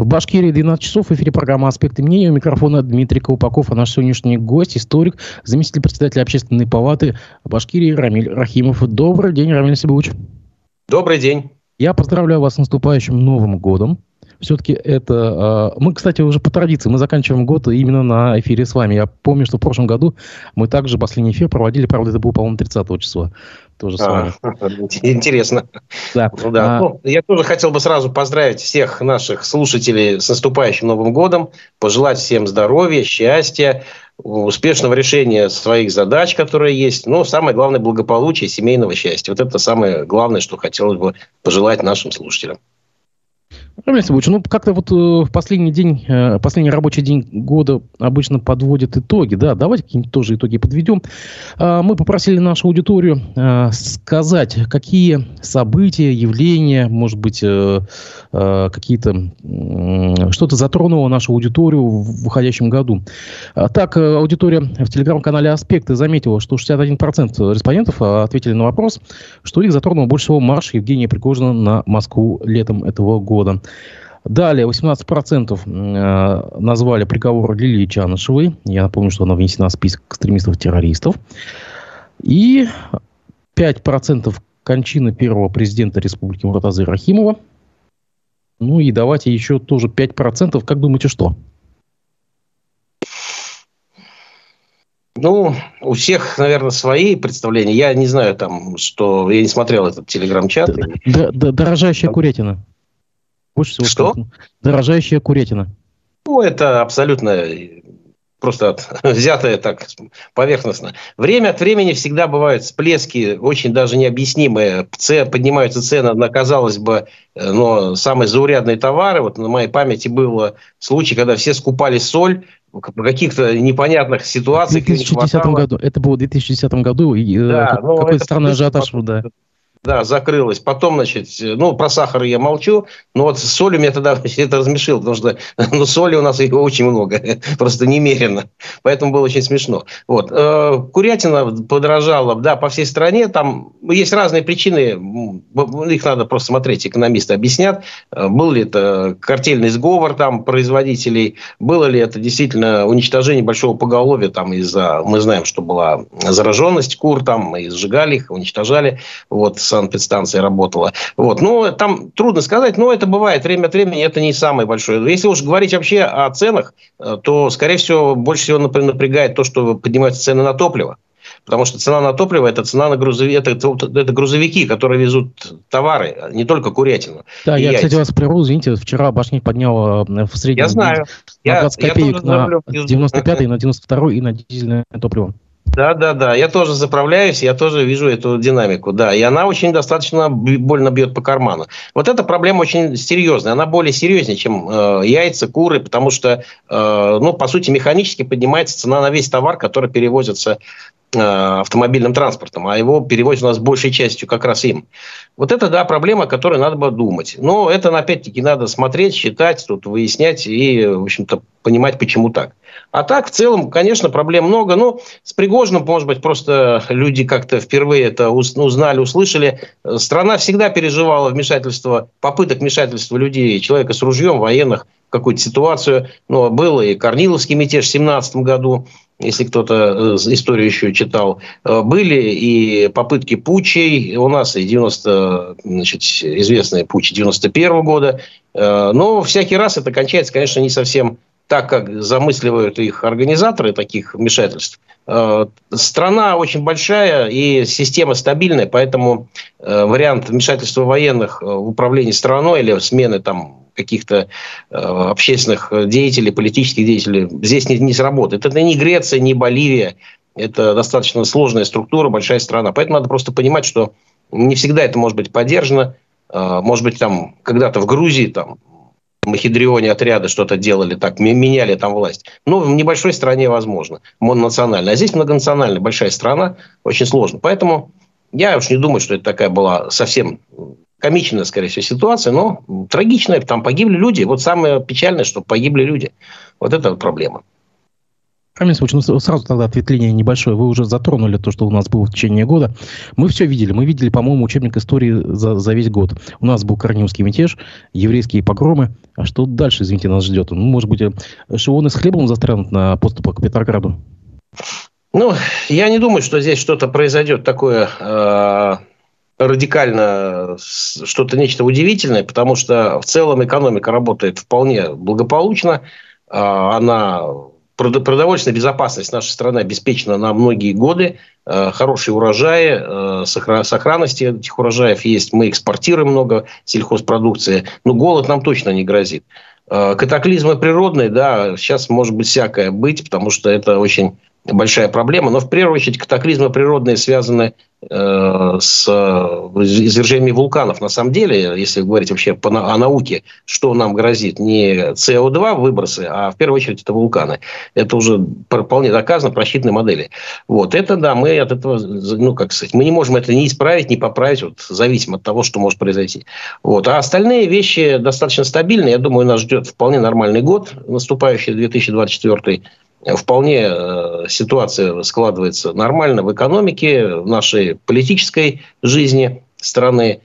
В Башкирии 12 часов. В эфире программа «Аспекты мнения». У микрофона Дмитрий Колпаков. А наш сегодняшний гость, историк, заместитель председателя Общественной палаты Башкирии Рамиль Рахимов. Добрый день, Рамиль Сибович. Добрый день. Я поздравляю вас с наступающим Новым годом. Все-таки это... Мы, кстати, уже по традиции, мы заканчиваем год именно на эфире с вами. Я помню, что в прошлом году мы также последний эфир проводили, правда, это было, по-моему, 30 числа. Тоже с вами. Интересно. Да. Я тоже хотел бы сразу поздравить всех наших слушателей с наступающим Новым годом, пожелать всем здоровья, счастья, успешного решения своих задач, которые есть, но самое главное, благополучия, семейного счастья. Вот это самое главное, что хотелось бы пожелать нашим слушателям. Рамиль Сибович, как-то вот в последний рабочий день года обычно подводят итоги. Да, давайте какие-нибудь тоже итоги подведем. Мы попросили нашу аудиторию сказать, какие события, явления, может быть, какие-то что-то затронуло нашу аудиторию в уходящем году. Так, аудитория в телеграм-канале «Аспекты» заметила, что 61% респондентов ответили на вопрос, что их затронул больше всего марш Евгения Пригожина на Москву летом этого года. Далее 18% назвали приговор Лилии Чанышевой. Я напомню, что она внесена в список экстремистов-террористов. И 5% кончины первого президента Республики Муртазы Рахимова. Ну и давайте еще тоже 5%. Как думаете, что? У всех, наверное, свои представления. Я не знаю, что... Я не смотрел этот телеграм-чат. Дорожащая курятина. Больше всего. Что? Дорожащая курятина. Это абсолютно просто взятое так поверхностно. Время от времени всегда бывают всплески, очень даже необъяснимые. Поднимаются цены на, казалось бы, самые заурядные товары. Вот на моей памяти был случай, когда все скупали соль в каких-то непонятных ситуациях. В 2010 году. Это было в 2010 году. Да, какой-то странный ажиотаж. Да, закрылось. Потом, про сахар я молчу, но вот с солью меня тогда это размешило, потому что соли у нас ее очень много, просто немерено. Поэтому было очень смешно. Курятина подорожала, да, по всей стране. Там есть разные причины, их надо просто смотреть, экономисты объяснят. Был ли это картельный сговор производителей, было ли это действительно уничтожение большого поголовья, мы знаем, что была зараженность кур, и сжигали их, уничтожали. Санэпидстанция работала. Там трудно сказать, но это бывает время от времени, это не самое большое. Если уж говорить вообще о ценах, то, скорее всего, больше всего напрягает то, что поднимаются цены на топливо. Потому что цена на топливо – это цена на грузовики, это грузовики, которые везут товары, не только курятину. Да, я, кстати, вас прерву, извините, вчера Башнефть подняла в среднем я знаю. на 20 копеек на 95-й, на 92-й и на дизельное топливо. Да, я тоже заправляюсь, я тоже вижу эту динамику, да, и она очень достаточно больно бьет по карману. Вот эта проблема очень серьезная, она более серьезнее, чем яйца, куры, потому что, по сути, механически поднимается цена на весь товар, который перевозится автомобильным транспортом, а его перевозят у нас большей частью как раз им. Вот это, да, проблема, о которой надо бы думать. Но это, опять-таки, надо смотреть, считать, выяснять и, в общем-то, понимать, почему так. А так, в целом, конечно, проблем много. С Пригожиным, может быть, просто люди как-то впервые это узнали, услышали. Страна всегда переживала попыток вмешательства людей, человека с ружьем, военных, в какую-то ситуацию. Было и Корниловский мятеж в 17 году, если кто-то историю еще читал. Были и попытки путчей. У нас и известные путчи 91 года. Но всякий раз это кончается, конечно, не совсем так, как замысливают их организаторы таких вмешательств. Страна очень большая и система стабильная, поэтому вариант вмешательства военных в управлении страной или смены каких-то общественных деятелей, политических деятелей здесь не сработает. Это не Греция, не Боливия. Это достаточно сложная структура, большая страна. Поэтому надо просто понимать, что не всегда это может быть поддержано. Может быть, когда-то в Грузии махидрионе отряды что-то делали, меняли власть. В небольшой стране возможно, мононационально. А здесь многонациональная большая страна, очень сложно. Поэтому я уж не думаю, что это такая была совсем комичная, скорее всего, ситуация, но трагичная. Там погибли люди. Вот самое печальное, что погибли люди. Вот это проблема. Рамиль Исмаилович, ну сразу тогда ответвление небольшое. Вы уже затронули то, что у нас было в течение года. Мы все видели. Мы видели, по-моему, учебник истории за весь год. У нас был Корниловский мятеж, еврейские погромы. А что дальше, извините, нас ждет? Ну, может быть, эшелоны с хлебом застрянут на подступах к Петрограду? Ну, я не думаю, что здесь что-то произойдет такое радикально, что-то нечто удивительное, потому что в целом экономика работает вполне благополучно. Продовольственная безопасность нашей страны обеспечена на многие годы. Хорошие урожаи, сохранность этих урожаев есть. Мы экспортируем много сельхозпродукции. Но голод нам точно не грозит. Катаклизмы природные, да, сейчас может быть всякое быть, потому что это очень большая проблема. Но в первую очередь катаклизмы природные связаны с извержениями вулканов. На самом деле, если говорить вообще о науке, что нам грозит, не СО2 выбросы, а в первую очередь это вулканы. Это уже вполне доказано, просчитаны модели. Вот это, да, мы от этого, ну, как сказать, мы не можем это ни исправить, ни поправить, вот, зависимо от того, что может произойти. Вот. А остальные вещи достаточно стабильные. Я думаю, нас ждет вполне нормальный год, наступающий 2024. Вполне ситуация складывается нормально в экономике, в нашей политической жизни страны.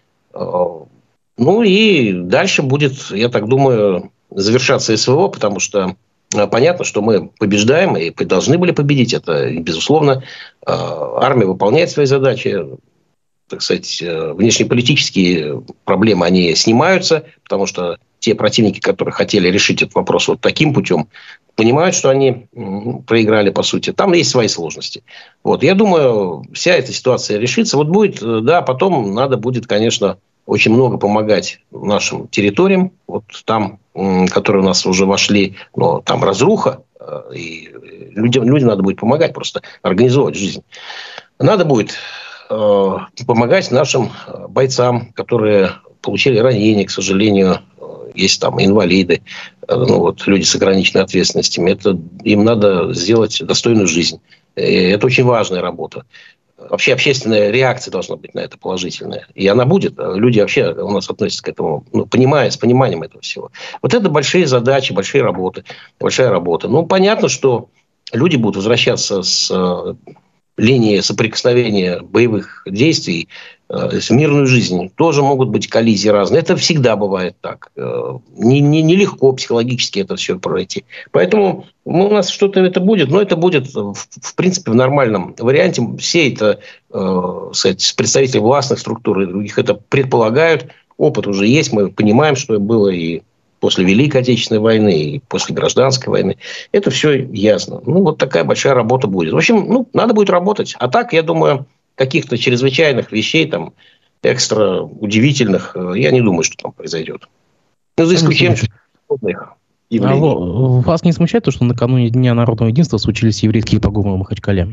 Ну и дальше будет, я так думаю, завершаться СВО, потому что понятно, что мы побеждаем и должны были победить. Это, безусловно, армия выполняет свои задачи. Так сказать, внешнеполитические проблемы, они снимаются, потому что те противники, которые хотели решить этот вопрос вот таким путем, понимают, что они проиграли, по сути. Там есть свои сложности. Вот. Я думаю, вся эта ситуация решится. Вот будет, да, потом надо будет, конечно, очень много помогать нашим территориям, вот там, которые у нас уже вошли, но там разруха, и людям надо будет помогать, просто организовывать жизнь. Надо будет помогать нашим бойцам, которые получили ранения, к сожалению, есть там инвалиды, ну, вот, люди с ограниченными ответственностями. Им надо сделать достойную жизнь. И это очень важная работа. Вообще общественная реакция должна быть на это положительная. И она будет. Люди вообще у нас относятся к этому, ну, с пониманием этого всего. Вот это большие задачи, большая работа. Ну, понятно, что люди будут возвращаться с линии соприкосновения боевых действий в мирную жизнь. Тоже могут быть коллизии разные. Это всегда бывает так. Нелегко психологически это все пройти. Поэтому у нас что-то это будет, но это будет, в принципе, в нормальном варианте. Все это представители властных структур и других это предполагают. Опыт уже есть. Мы понимаем, что было и после Великой Отечественной войны, и после Гражданской войны. Это все ясно. Ну, вот такая большая работа будет. В общем, ну, надо будет работать. А так, я думаю, каких-то чрезвычайных вещей, там, экстра удивительных, я не думаю, что там произойдет. Ну, за исключением подобных явлений. Вас не смущает то, что накануне Дня народного единства случились еврейские погромы в Махачкале?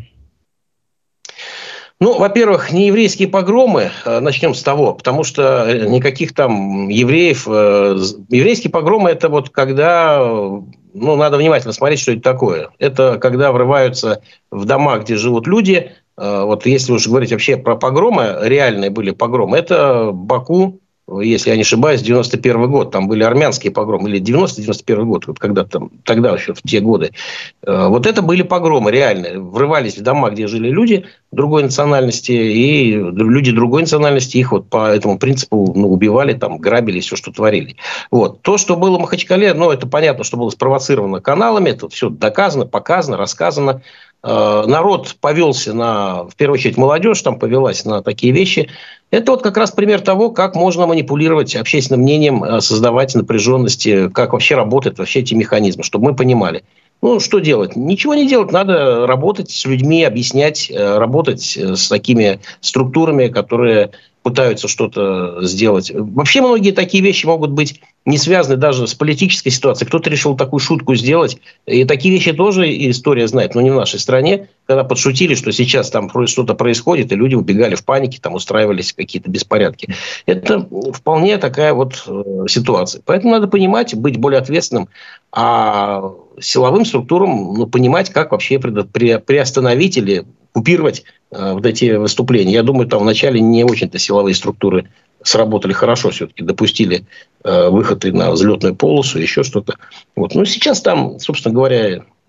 Ну, во-первых, не еврейские погромы, начнем с того, потому что никаких там евреев... Еврейские погромы – это вот когда... Ну, надо внимательно смотреть, что это такое. Это когда врываются в дома, где живут люди. Вот если уж говорить вообще про погромы, реальные были погромы, это Баку, если я не ошибаюсь, 91 год. Там были армянские погромы. Или 90-91 год, вот когда там, тогда еще в те годы. Вот это были погромы реальные. Врывались в дома, где жили люди другой национальности. И люди другой национальности их вот по этому принципу убивали, там, грабили, все, что творили. Вот. То, что было в Махачкале, ну, это понятно, что было спровоцировано каналами. Это все доказано, показано, рассказано. Народ повелся в первую очередь молодежь там повелась на такие вещи. Это вот как раз пример того, как можно манипулировать общественным мнением, создавать напряженности, как вообще работают вообще эти механизмы, чтобы мы понимали. Ну, что делать? Ничего не делать. Надо работать с людьми, объяснять, работать с такими структурами, которые пытаются что-то сделать. Вообще многие такие вещи могут быть не связаны даже с политической ситуацией. Кто-то решил такую шутку сделать. И такие вещи тоже история знает, но не в нашей стране. Когда подшутили, что сейчас там что-то происходит, и люди убегали в панике, там устраивались какие-то беспорядки. Это вполне такая вот ситуация. Поэтому надо понимать, быть более ответственным, а силовым структурам понимать, как вообще приостановить или купировать вот эти выступления. Я думаю, там вначале не очень-то силовые структуры сработали хорошо, все-таки допустили выходы на взлетную полосу, еще что-то. Вот. Но сейчас там, собственно говоря,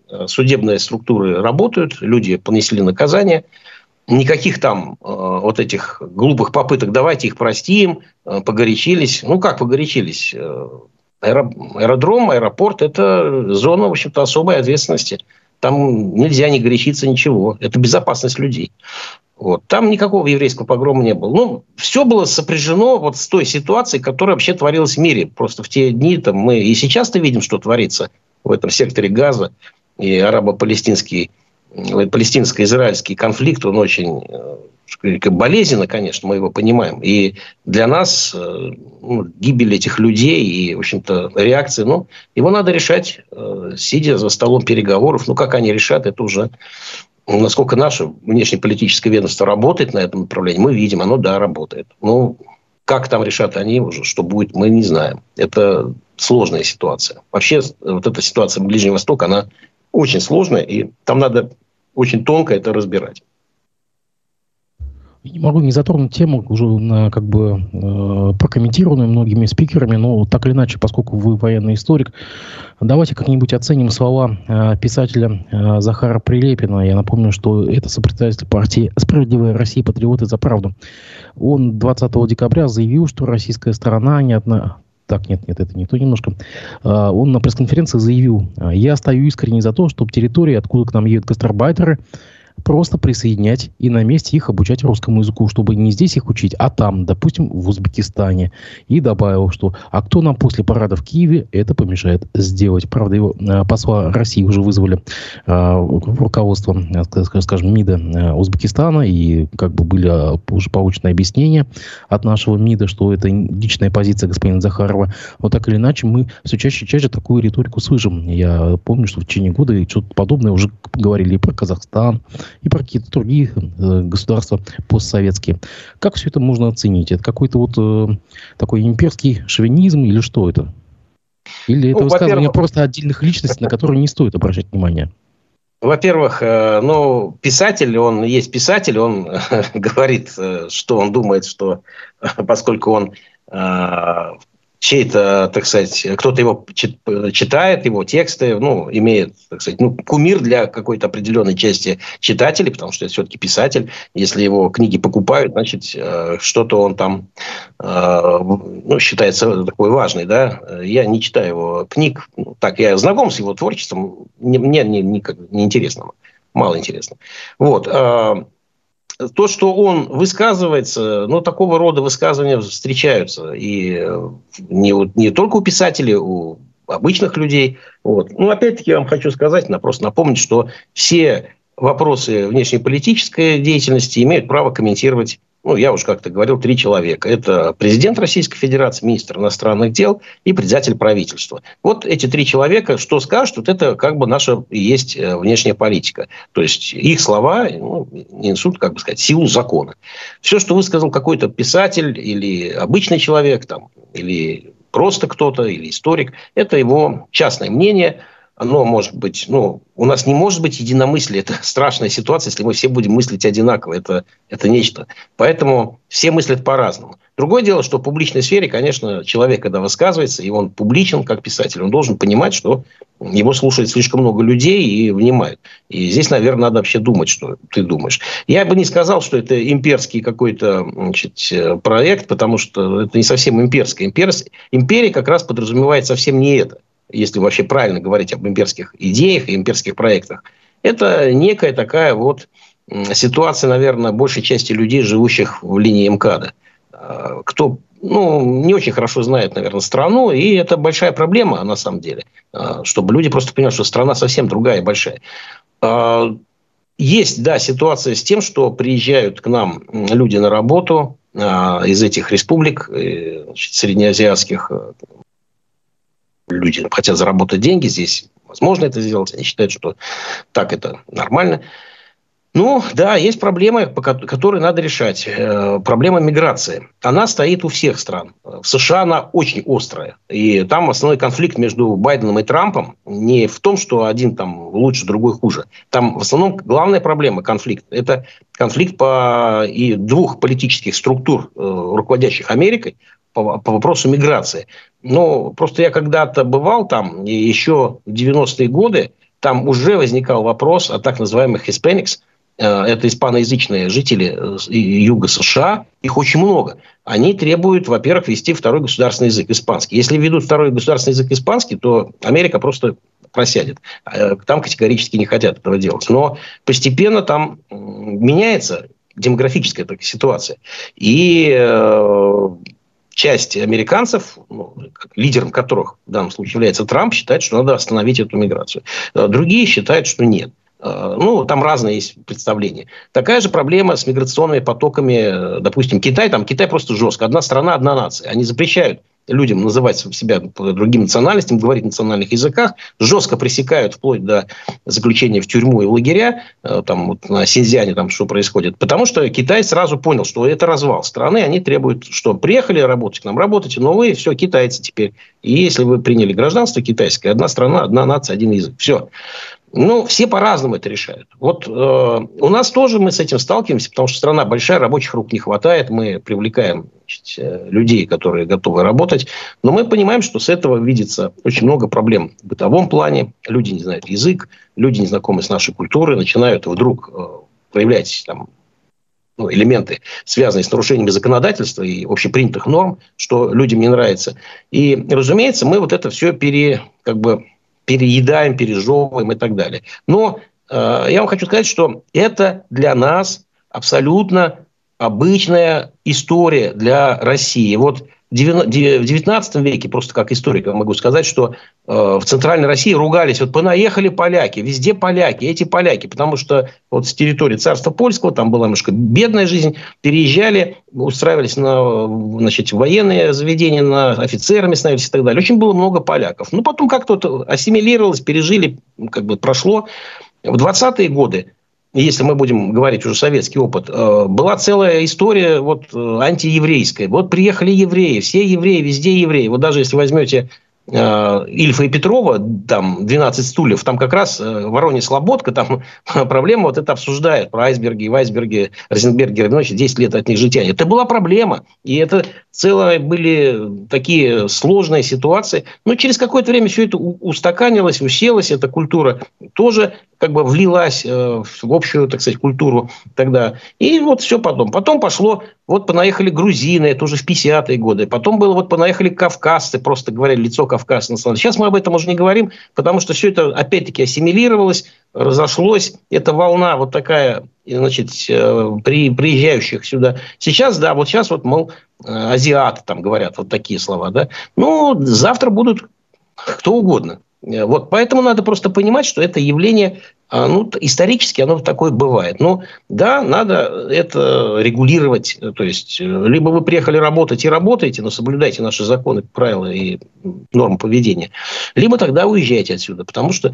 судебные структуры работают, люди понесли наказание. Никаких там вот этих глупых попыток, давайте их простим, погорячились. Ну, как погорячились? Аэродром, аэропорт – это зона, в общем-то, особой ответственности. Там нельзя не горячиться, ничего. Это безопасность людей. Вот. Там никакого еврейского погрома не было. Ну, все было сопряжено вот с той ситуацией, которая вообще творилась в мире. Просто в те дни там, мы и сейчас-то видим, что творится в этом секторе Газа. И палестинско-израильский конфликт, он очень болезненно, конечно, мы его понимаем. И для нас гибель этих людей и, в общем-то, реакции, его надо решать, сидя за столом переговоров. Ну, как они решат, это уже... Насколько наше внешнеполитическое ведомство работает на этом направлении, мы видим, оно, да, работает. Ну, как там решат они уже, что будет, мы не знаем. Это сложная ситуация. Вообще, вот эта ситуация Ближнего Востока, она очень сложная, и там надо очень тонко это разбирать. Не могу не затронуть тему, уже прокомментированную многими спикерами, но так или иначе, поскольку вы военный историк, давайте как-нибудь оценим слова писателя Захара Прилепина. Я напомню, что это сопредседатель партии «Справедливая Россия. Патриоты за правду». Он 20 декабря заявил, что российская сторона не одна... Так, нет, это не то немножко. Он на пресс-конференции заявил: «Я стою искренне за то, чтобы территории, откуда к нам едут гастарбайтеры, просто присоединять и на месте их обучать русскому языку, чтобы не здесь их учить, а там, допустим, в Узбекистане». И добавил, что «а кто нам после парада в Киеве это помешает сделать». Правда, его посла России уже вызвали руководство, скажем, МИДа Узбекистана, и были уже получены объяснения от нашего МИДа, что это личная позиция господина Захарова. Но так или иначе, мы все чаще и чаще такую риторику слышим. Я помню, что в течение года что-то подобное уже говорили и про Казахстан, и про какие-то другие государства постсоветские. Как все это можно оценить? Это какой-то такой имперский шовинизм или что это? Или это высказывание просто отдельных личностей, на которые не стоит обращать внимание? Во-первых, писатель, он говорит, что он думает, что поскольку он чей-то, так сказать, кто-то его читает, его тексты, имеет, так сказать, кумир для какой-то определенной части читателей, потому что это все-таки писатель. Если его книги покупают, значит, что-то он там считается такой важный, да. Я не читаю его книг. Так, я знаком с его творчеством, мне не интересно, мало интересно. Вот. То, что он высказывается, такого рода высказывания встречаются и не только у писателей, у обычных людей. Вот. Опять-таки, я вам хочу сказать, просто напомнить, что все вопросы внешнеполитической деятельности имеют право комментировать, я уже как-то говорил, 3 человека. Это президент Российской Федерации, министр иностранных дел и председатель правительства. Вот эти 3 человека, что скажут, вот это наша и есть внешняя политика. То есть их слова несут, силу закона. Все, что высказал какой-то писатель или обычный человек, или просто кто-то, или историк, это его частное мнение. Оно может быть, у нас не может быть единомыслия. Это страшная ситуация, если мы все будем мыслить одинаково. Это нечто. Поэтому все мыслят по-разному. Другое дело, что в публичной сфере, конечно, человек, когда высказывается, и он публичен как писатель, он должен понимать, что его слушает слишком много людей и внимают. И здесь, наверное, надо вообще думать, что ты думаешь. Я бы не сказал, что это имперский какой-то проект, потому что это не совсем имперский. Империя как раз подразумевает совсем не это. Если вообще правильно говорить об имперских идеях и имперских проектах, это некая такая ситуация, наверное, большей части людей, живущих в линии МКАДа. Кто не очень хорошо знает, наверное, страну, и это большая проблема на самом деле, чтобы люди просто понимали, что страна совсем другая и большая. Есть, да, ситуация с тем, что приезжают к нам люди на работу из этих республик, среднеазиатских. Люди хотят заработать деньги, здесь возможно это сделать, они считают, что так это нормально. Да, есть проблемы, которые надо решать. Проблема миграции. Она стоит у всех стран. В США она очень острая. И там основной конфликт между Байденом и Трампом не в том, что один лучше, другой хуже. Там в основном главная проблема, конфликт. Это конфликт и 2 политических структур, руководящих Америкой, по вопросу миграции. Просто я когда-то бывал там, и еще в 90-е годы, там уже возникал вопрос о так называемых Hispanics. Это испаноязычные жители юга США, их очень много. Они требуют, во-первых, ввести второй государственный язык испанский. Если введут второй государственный язык испанский, то Америка просто просядет. Там категорически не хотят этого делать. Но постепенно там меняется демографическая такая ситуация. И часть американцев, лидером которых в данном случае является Трамп, считает, что надо остановить эту миграцию. Другие считают, что нет. Там разные есть представления. Такая же проблема с миграционными потоками. Допустим, Китай. Там Китай просто жестко. Одна страна, одна нация. Они запрещают людям называть себя по другим национальностям, говорить на национальных языках, жестко пресекают вплоть до заключения в тюрьму и в лагеря, там вот на Синьцзяне там что происходит. Потому что Китай сразу понял, что это развал страны, они требуют, что приехали работать к нам, работайте, но вы все китайцы теперь. И если вы приняли гражданство китайское, одна страна, одна нация, один язык. Все. Все по-разному это решают. Вот у нас тоже мы с этим сталкиваемся, потому что страна большая, рабочих рук не хватает, мы привлекаем людей, которые готовы работать, но мы понимаем, что с этого видится очень много проблем в бытовом плане. Люди не знают язык, люди не знакомы с нашей культурой, начинают вдруг проявлять там элементы, связанные с нарушениями законодательства и общепринятых норм, что людям не нравится. И, разумеется, мы вот это все переедаем, пережевываем и так далее. Но я вам хочу сказать, что это для нас абсолютно обычная история для России. Вот в XIX веке, просто как историк могу сказать, что в Центральной России ругались, вот понаехали поляки, везде поляки, эти поляки, потому что вот с территории царства польского, там была немножко бедная жизнь, переезжали, устраивались на военные заведения, на офицерами становились и так далее. Очень было много поляков. Потом как-то ассимилировалось, пережили, прошло. В 20-е годы, если мы будем говорить уже советский опыт, была целая история антиеврейская. Вот приехали евреи, все евреи, везде евреи. Вот даже если возьмете Ильфа и Петрова, там 12 стульев, там как раз Воронеж-Слободка, там проблема вот это обсуждает про айсберги, Вайсберги, Розенбергеры, 10 лет от них жития. Это была проблема. И это целые были такие сложные ситуации. Но через какое-то время все это устаканилось, уселось, эта культура тоже влилась в общую, так сказать, культуру тогда. И вот все потом. Потом пошло, понаехали грузины, это уже в 50-е годы. Потом было, понаехали кавказцы, просто говорили, лицо Кавказа. Сейчас мы об этом уже не говорим, потому что все это опять-таки ассимилировалось, разошлось. Это волна вот такая, приезжающих сюда. Сейчас, да, сейчас мол, азиаты там говорят вот такие слова, да. Завтра будут кто угодно. Поэтому надо просто понимать, что это явление, исторически оно такое бывает. Да, надо это регулировать. То есть, либо вы приехали работать и работаете, но соблюдайте наши законы, правила и нормы поведения, либо тогда уезжайте отсюда, потому что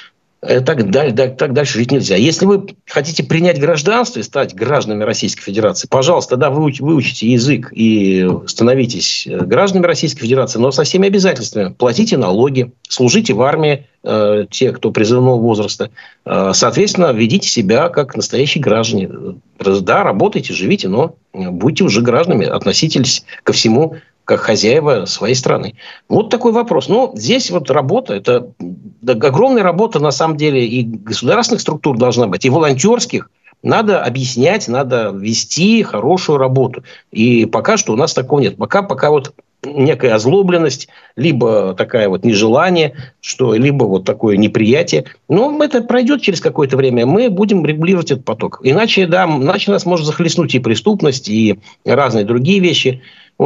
так дальше жить нельзя. Если вы хотите принять гражданство и стать гражданами Российской Федерации, пожалуйста, тогда выучите язык и становитесь гражданами Российской Федерации, но со всеми обязательствами. Платите налоги, служите в армии, те, кто призывного возраста. Соответственно, ведите себя как настоящие граждане. Да, работайте, живите, но будьте уже гражданами, относитесь ко всему как хозяева своей страны. Вот такой вопрос. Здесь работа, это огромная работа, на самом деле, и государственных структур должна быть, и волонтерских. Надо объяснять, надо вести хорошую работу. И пока что у нас такого нет. Пока некая озлобленность, либо такая нежелание, либо такое неприятие. Но это пройдет через какое-то время. Мы будем регулировать этот поток. Иначе нас может захлестнуть и преступность, и разные другие вещи.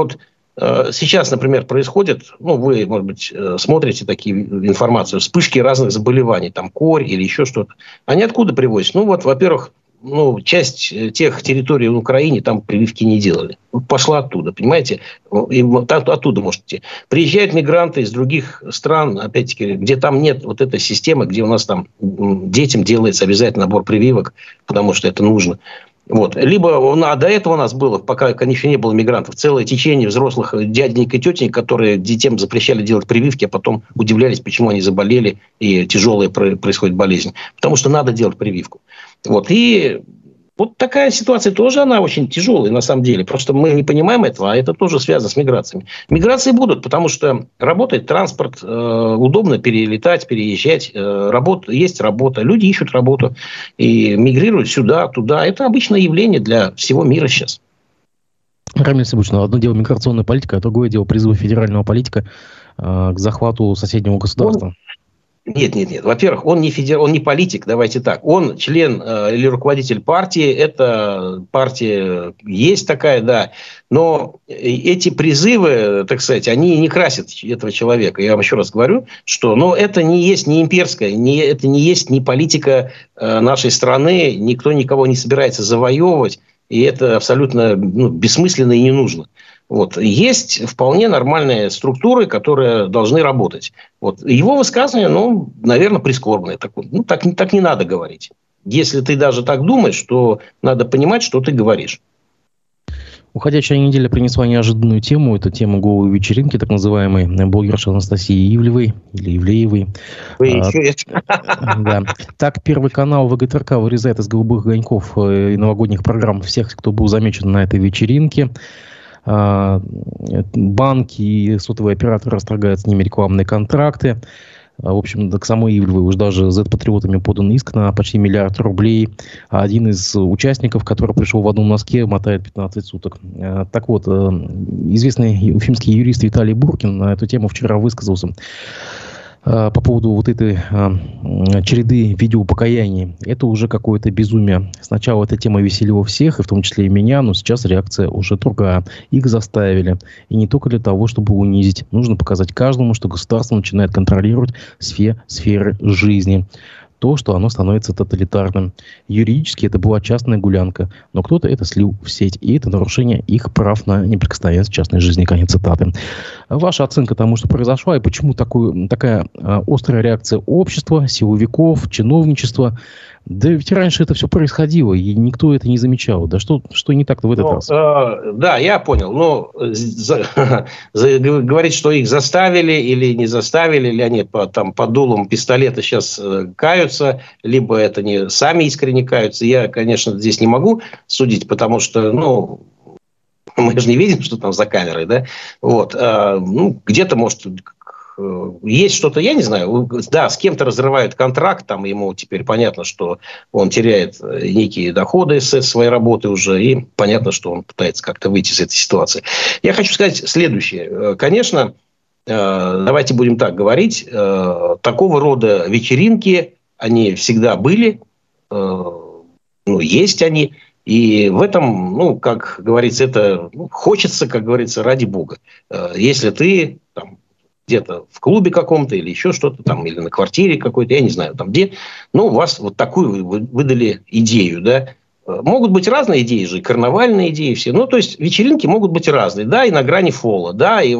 Сейчас, например, происходит, вы, может быть, смотрите информацию, вспышки разных заболеваний, там корь или еще что-то. Они откуда привозят? Во-первых, часть тех территорий в Украине там прививки не делали. Пошла оттуда, понимаете? И оттуда можете. Приезжают мигранты из других стран, опять-таки, где там нет этой системы, где у нас там детям делается обязательно набор прививок, потому что это нужно. Либо до этого у нас было, пока, конечно, не было мигрантов, целое течение взрослых дяденек и тетенек, которые детям запрещали делать прививки, а потом удивлялись, почему они заболели и тяжелая происходит болезнь. Потому что надо делать прививку. И Вот такая ситуация тоже, она очень тяжелая на самом деле. Просто мы не понимаем этого, а это тоже связано с миграциями. Миграции будут, потому что работает транспорт, удобно перелетать, переезжать, есть работа, люди ищут работу и мигрируют сюда, туда. Это обычное явление для всего мира сейчас. Рамиль Сабурович, одно дело миграционная политика, а другое дело призыв федерального политика к захвату соседнего государства. Нет. Во-первых, он не политик, давайте так. Он член или руководитель партии. Эта партия есть такая, да. Но эти призывы, так сказать, они не красят этого человека. Я вам еще раз говорю, что это не есть не имперская, это не есть не политика нашей страны. Никто никого не собирается завоевывать. И это абсолютно бессмысленно и не нужно. Есть вполне нормальные структуры, которые должны работать. Его высказывание, наверное, прискорбное. Так не надо говорить. Если ты даже так думаешь, то надо понимать, что ты говоришь. Уходящая неделя принесла неожиданную тему. Это тема голой вечеринки, так называемой блогерши Анастасии Ивлевой или Ивлеевой. Да. Так, Первый канал ВГТРК вырезает из голубых огоньков и новогодних программ всех, кто был замечен на этой вечеринке. Банки и сотовые операторы расторгают с ними рекламные контракты. В общем, к самой Ивлевой уже даже Z-патриотами подан иск на почти 1 миллиард рублей. А один из участников, который пришел в одном носке, мотает 15 суток. Так вот, известный уфимский юрист Виталий Буркин на эту тему вчера высказался по поводу этой череды видеопокаяний. Это уже какое-то безумие. Сначала эта тема веселила всех, и в том числе и меня, но сейчас реакция уже другая. Их заставили. И не только для того, чтобы унизить. Нужно показать каждому, что государство начинает контролировать все сферы жизни. То, что оно становится тоталитарным. Юридически это была частная гулянка, но кто-то это слил в сеть, и это нарушение их прав на неприкосновенность частной жизни. Конец цитаты. Ваша оценка тому, что произошло, и почему такая острая реакция общества, силовиков, чиновничества? Да ведь раньше это все происходило, и никто это не замечал. Да что не так-то в этот раз? Да, я понял. Говорить, что их заставили или не заставили, или они под дулом пистолета сейчас каются, либо это не сами искренне каются, я, конечно, здесь не могу судить, потому что, мы же не видим, что там за камерой, да? Где-то, может, есть что-то, я не знаю, да, с кем-то разрывают контракт, там ему теперь понятно, что он теряет некие доходы с своей работы уже, и понятно, что он пытается как-то выйти из этой ситуации. Я хочу сказать следующее. Конечно, давайте будем так говорить, такого рода вечеринки, они всегда были, есть они, и в этом, как говорится, это хочется, как говорится, ради бога. Если ты где-то в клубе каком-то или еще что-то там, или на квартире какой-то, я не знаю там где, у вас такую выдали идею, да. Могут быть разные идеи же, карнавальные идеи все. То есть вечеринки могут быть разные, да, и на грани фола, да, и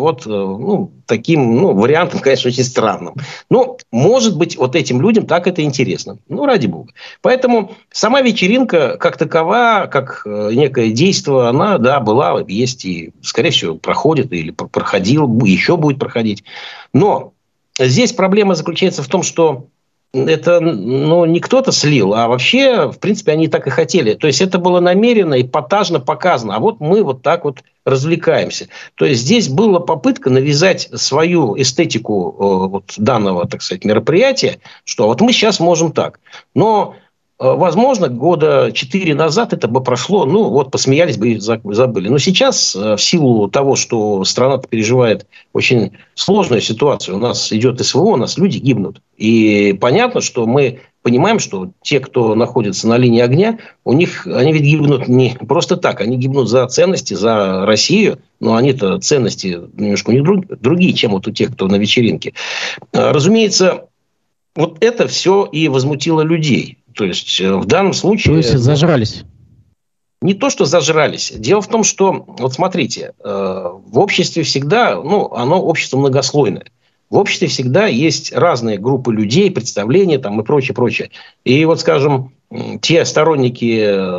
таким, вариантом, конечно, очень странным. Но, может быть, этим людям так это интересно. Ради бога. Поэтому сама вечеринка, как такова, как некое действие, она, да, была, есть и, скорее всего, проходит или проходила, еще будет проходить. Но здесь проблема заключается в том, что это не кто-то слил, а вообще, в принципе, они так и хотели. То есть это было намеренно, эпатажно показано. А мы так развлекаемся. То есть здесь была попытка навязать свою эстетику данного, так сказать, мероприятия, что мы сейчас можем так. Но возможно, 4 года назад это бы прошло, посмеялись бы и забыли. Но сейчас, в силу того, что страна переживает очень сложную ситуацию, у нас идет СВО, у нас люди гибнут. И понятно, что мы понимаем, что те, кто находится на линии огня, они ведь гибнут не просто так, они гибнут за ценности, за Россию, но они-то ценности немножко у них другие, чем у тех, кто на вечеринке. Разумеется, это все и возмутило людей. То есть, в данном случае... То есть, зажрались? Не то, что зажрались. Дело в том, что, смотрите, в обществе всегда, оно общество многослойное. В обществе всегда есть разные группы людей, представления там, и прочее, прочее. И скажем, те сторонники,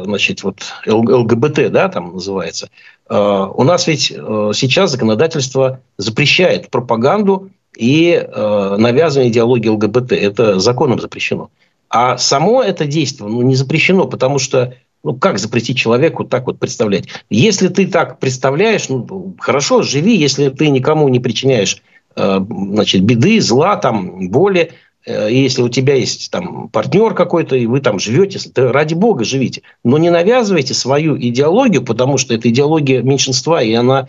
ЛГБТ, да, там называется, у нас ведь сейчас законодательство запрещает пропаганду и навязывание идеологии ЛГБТ. Это законом запрещено. А само это действие не запрещено, потому что Ну, как запретить человеку так вот представлять? Если ты так представляешь, ну, хорошо, живи, если ты никому не причиняешь значит, беды, зла, там, боли, и если у тебя есть там партнер какой-то, и вы там живете, то ради бога живите. Но не навязывайте свою идеологию, потому что это идеология меньшинства, и она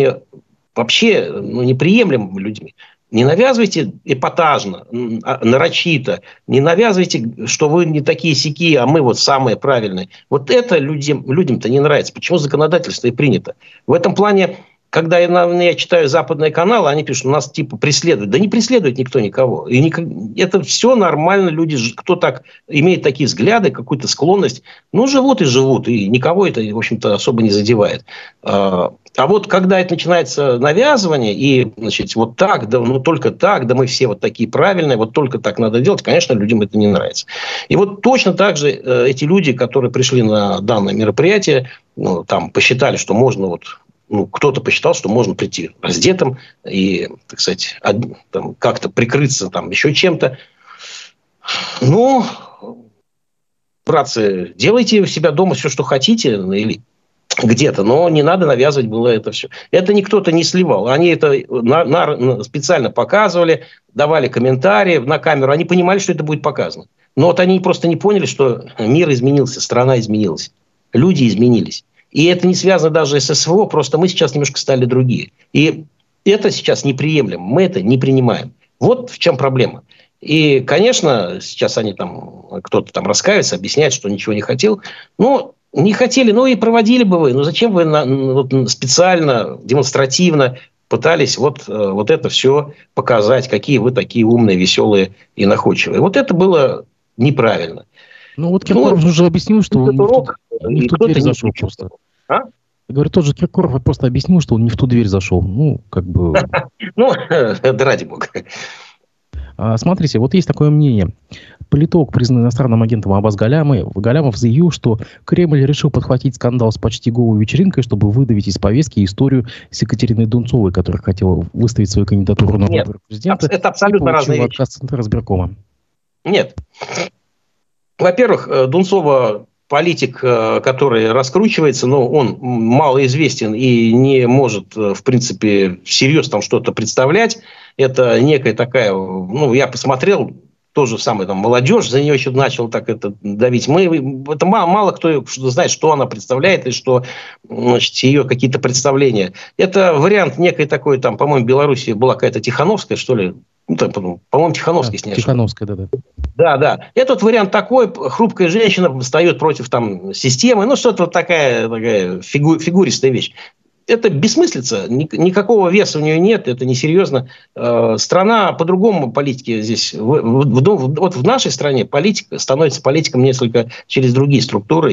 вообще неприемлема людьми. Не навязывайте эпатажно, нарочито. Не навязывайте, что вы не такие-сяки, а мы вот самые правильные. Вот это людям-то не нравится. Почему законодательство и принято? В этом плане, когда я читаю западные каналы, они пишут, у нас типа преследуют. Да не преследует никто никого. Это все нормально. Люди, кто так имеет такие взгляды, какую-то склонность, ну, живут и живут. И никого это, в общем-то, особо не задевает. А вот когда это начинается навязывание, и, значит, вот так, да, ну, только так, да мы все вот такие правильные, вот только так надо делать, конечно, людям это не нравится. И вот точно так же эти люди, которые пришли на данное мероприятие, ну, там посчитали, что можно вот, ну, кто-то посчитал, что можно прийти раздетым и, так сказать, там, как-то прикрыться там еще чем-то. Ну, братцы, делайте у себя дома все, что хотите, или где-то, но не надо навязывать было это все. Это никто-то не сливал. Они это специально показывали, давали комментарии на камеру. Они понимали, что это будет показано. Но вот они просто не поняли, что мир изменился, страна изменилась, люди изменились. И это не связано даже с СВО, просто мы сейчас немножко стали другие. И это сейчас неприемлемо, мы это не принимаем. Вот в чем проблема. И, конечно, сейчас они там, кто-то там раскаивается, объясняет, что ничего не хотел. Но не хотели, ну и проводили бы вы. Ну зачем вы специально, демонстративно пытались вот это все показать, какие вы такие умные, веселые и находчивые. Вот это было неправильно. Ну вот Киркоров уже объяснил, что он не в ту дверь зашел просто. Я говорю, тот же Киркоров просто объяснил, что он не в ту дверь зашел. Ну, как бы... Ну, да ради бога. Смотрите, вот есть такое мнение. Политолог, признанный иностранным агентом Аббас Галямов, заявил, что Кремль решил подхватить скандал с почти голой вечеринкой, чтобы выдавить из повестки историю с Екатериной Дунцовой, которая хотела выставить свою кандидатуру на выборы президента. Это абсолютно разные вещи. Отказ Центризбиркома. Нет. Во-первых, Дунцова политик, который раскручивается, но он малоизвестен и не может, в принципе, всерьез там что-то представлять. Это некая такая, ну, я посмотрел, тоже самое, там, молодежь за нее еще начала так это давить. Это мало кто знает, что она представляет и что, значит, ее какие-то представления. Это вариант некой такой, там, по-моему, в Беларуси была какая-то Тихановская, что ли. Ну, там, по-моему, Тихановская, да, Тихановская, да. Да. Этот вариант такой, хрупкая женщина встает против там системы, ну, что-то вот такая фигуристая вещь. Это бессмыслица, никакого веса у нее нет, это несерьезно. Страна по-другому политики здесь. Вот в нашей стране политик становится политиком несколько через другие структуры,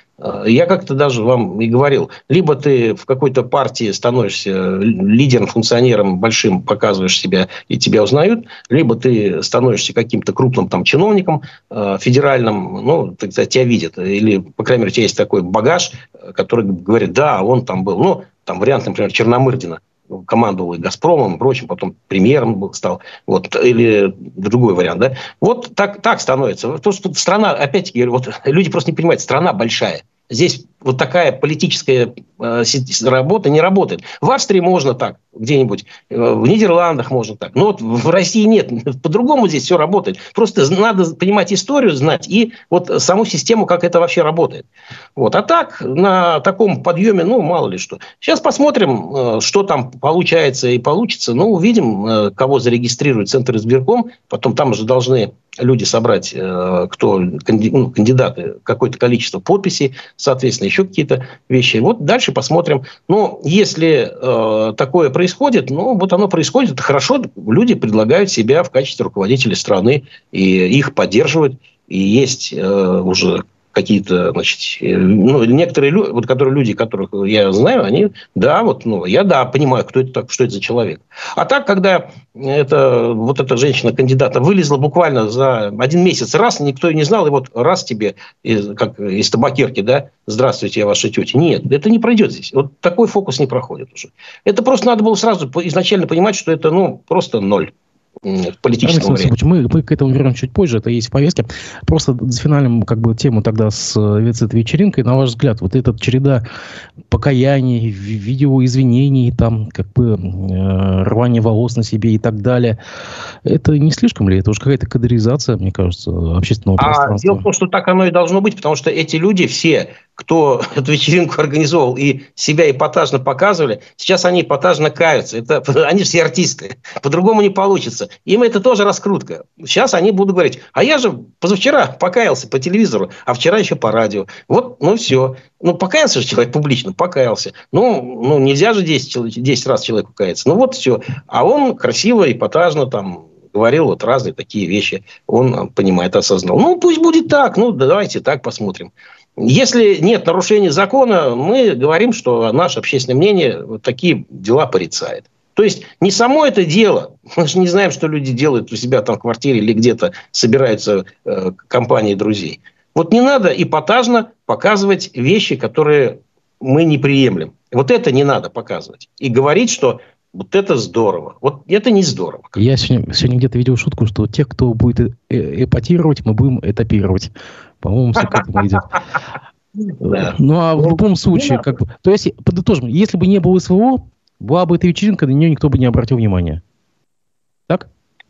я как-то даже вам и говорил, либо ты в какой-то партии становишься лидером, функционером большим, показываешь себя и тебя узнают, либо ты становишься каким-то крупным там чиновником федеральным, ну, тогда тебя видят, или, по крайней мере, у тебя есть такой багаж, который говорит, да, он там был, ну, там вариант, например, Черномырдина, командовал и «Газпромом», и прочим, потом премьером стал. Вот, или другой вариант. Да? Вот так становится. Потому что страна, опять-таки, вот, люди просто не понимают, страна большая. Здесь вот такая политическая работа не работает. В Австрии можно так, где-нибудь, в Нидерландах можно так. Но вот в России нет. По-другому здесь все работает. Просто надо понимать историю, знать и вот саму систему, как это вообще работает. Вот. А так, на таком подъеме, ну, мало ли что. Сейчас посмотрим, что там получается и получится. Ну, увидим, кого зарегистрирует Центризбирком. Потом там уже должны люди собрать, кто кандидаты, какое-то количество подписей, соответственно, еще какие-то вещи. Вот дальше посмотрим. Но если такое происходит, ну, вот оно происходит, это хорошо. Люди предлагают себя в качестве руководителей страны, и их поддерживают. И есть уже какие-то, значит, ну, некоторые люди, вот, люди, которых я знаю, они, да, вот, ну, я, да, понимаю, кто это, что это за человек. А так, когда вот эта женщина-кандидата вылезла буквально за 1 месяц, раз, никто и не знал, и вот раз тебе, как из табакерки, да, здравствуйте, я ваша тетя. Нет, это не пройдет здесь. Вот такой фокус не проходит уже. Это просто надо было сразу изначально понимать, что это, ну, просто ноль. политического времени. Мы к этому вернемся чуть позже, это есть в повестке. Просто с финальным тему тогда с вечеринкой, на ваш взгляд, вот эта череда покаяний, видео извинений, рвание волос на себе и так далее, это не слишком ли? Это уже какая-то кадризация, мне кажется, общественного пространства. Дело в том, что так оно и должно быть, потому что эти люди все, кто эту вечеринку организовал и себя эпатажно показывали, сейчас они эпатажно каются. Они все артисты. По-другому не получится. Им это тоже раскрутка. Сейчас они будут говорить, а я же позавчера покаялся по телевизору, а вчера еще по радио. Все. Покаялся же человек публично, покаялся. Нельзя же 10 раз человеку каяться. все. А он красиво, эпатажно говорил разные такие вещи. Он понимает, осознал. Пусть будет так. Давайте так посмотрим. Если нет нарушения закона, мы говорим, что наше общественное мнение такие дела порицает. То есть не само это дело. Мы же не знаем, что люди делают у себя в квартире или где-то собираются компании друзей. Не надо эпатажно показывать вещи, которые мы не приемлем. Это не надо показывать. И говорить, что это здорово. Это не здорово. Я сегодня где-то видел шутку, что тех, кто будет эпатировать, мы будем этапировать. По-моему, все к этому идет. В любом случае, то есть, подытожим, если бы не было СВО, была бы эта вечеринка, на нее никто бы не обратил внимания. Так?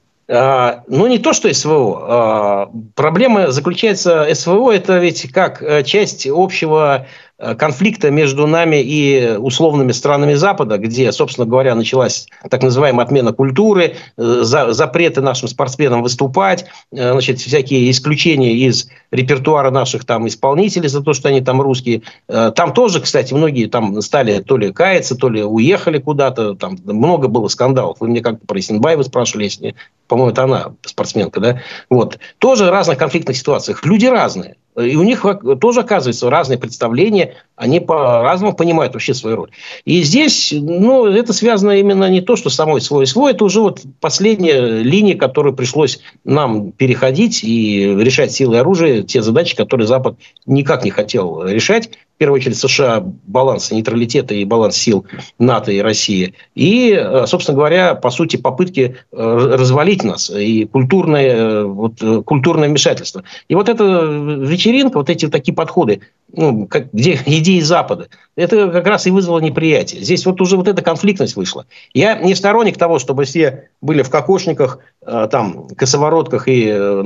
Не то, что СВО. Проблема заключается, СВО это ведь как часть общего конфликта между нами и условными странами Запада, где, собственно говоря, началась так называемая отмена культуры, запреты нашим спортсменам выступать, всякие исключения из репертуара наших исполнителей за то, что они русские. Там тоже, кстати, многие стали то ли каяться, то ли уехали куда-то. Много было скандалов. Вы мне как-то про Исенбаеву спрашивали, если, по-моему, это она, спортсменка, да? Тоже в разных конфликтных ситуациях. Люди разные. И у них тоже, оказывается, разные представления, они по-разному понимают вообще свою роль. И здесь, это связано именно не то, что самой СВО. СВО – это уже последняя линия, которую пришлось нам переходить и решать силой оружия те задачи, которые Запад никак не хотел решать. В первую очередь США баланс нейтралитета и баланс сил НАТО и России. И, собственно говоря, по сути, попытки развалить нас и культурное вмешательство. И эта вечеринка, эти такие подходы, где идеи Запада, это как раз и вызвало неприятие. Здесь уже эта конфликтность вышла. Я не сторонник того, чтобы все были в кокошниках, косоворотках и,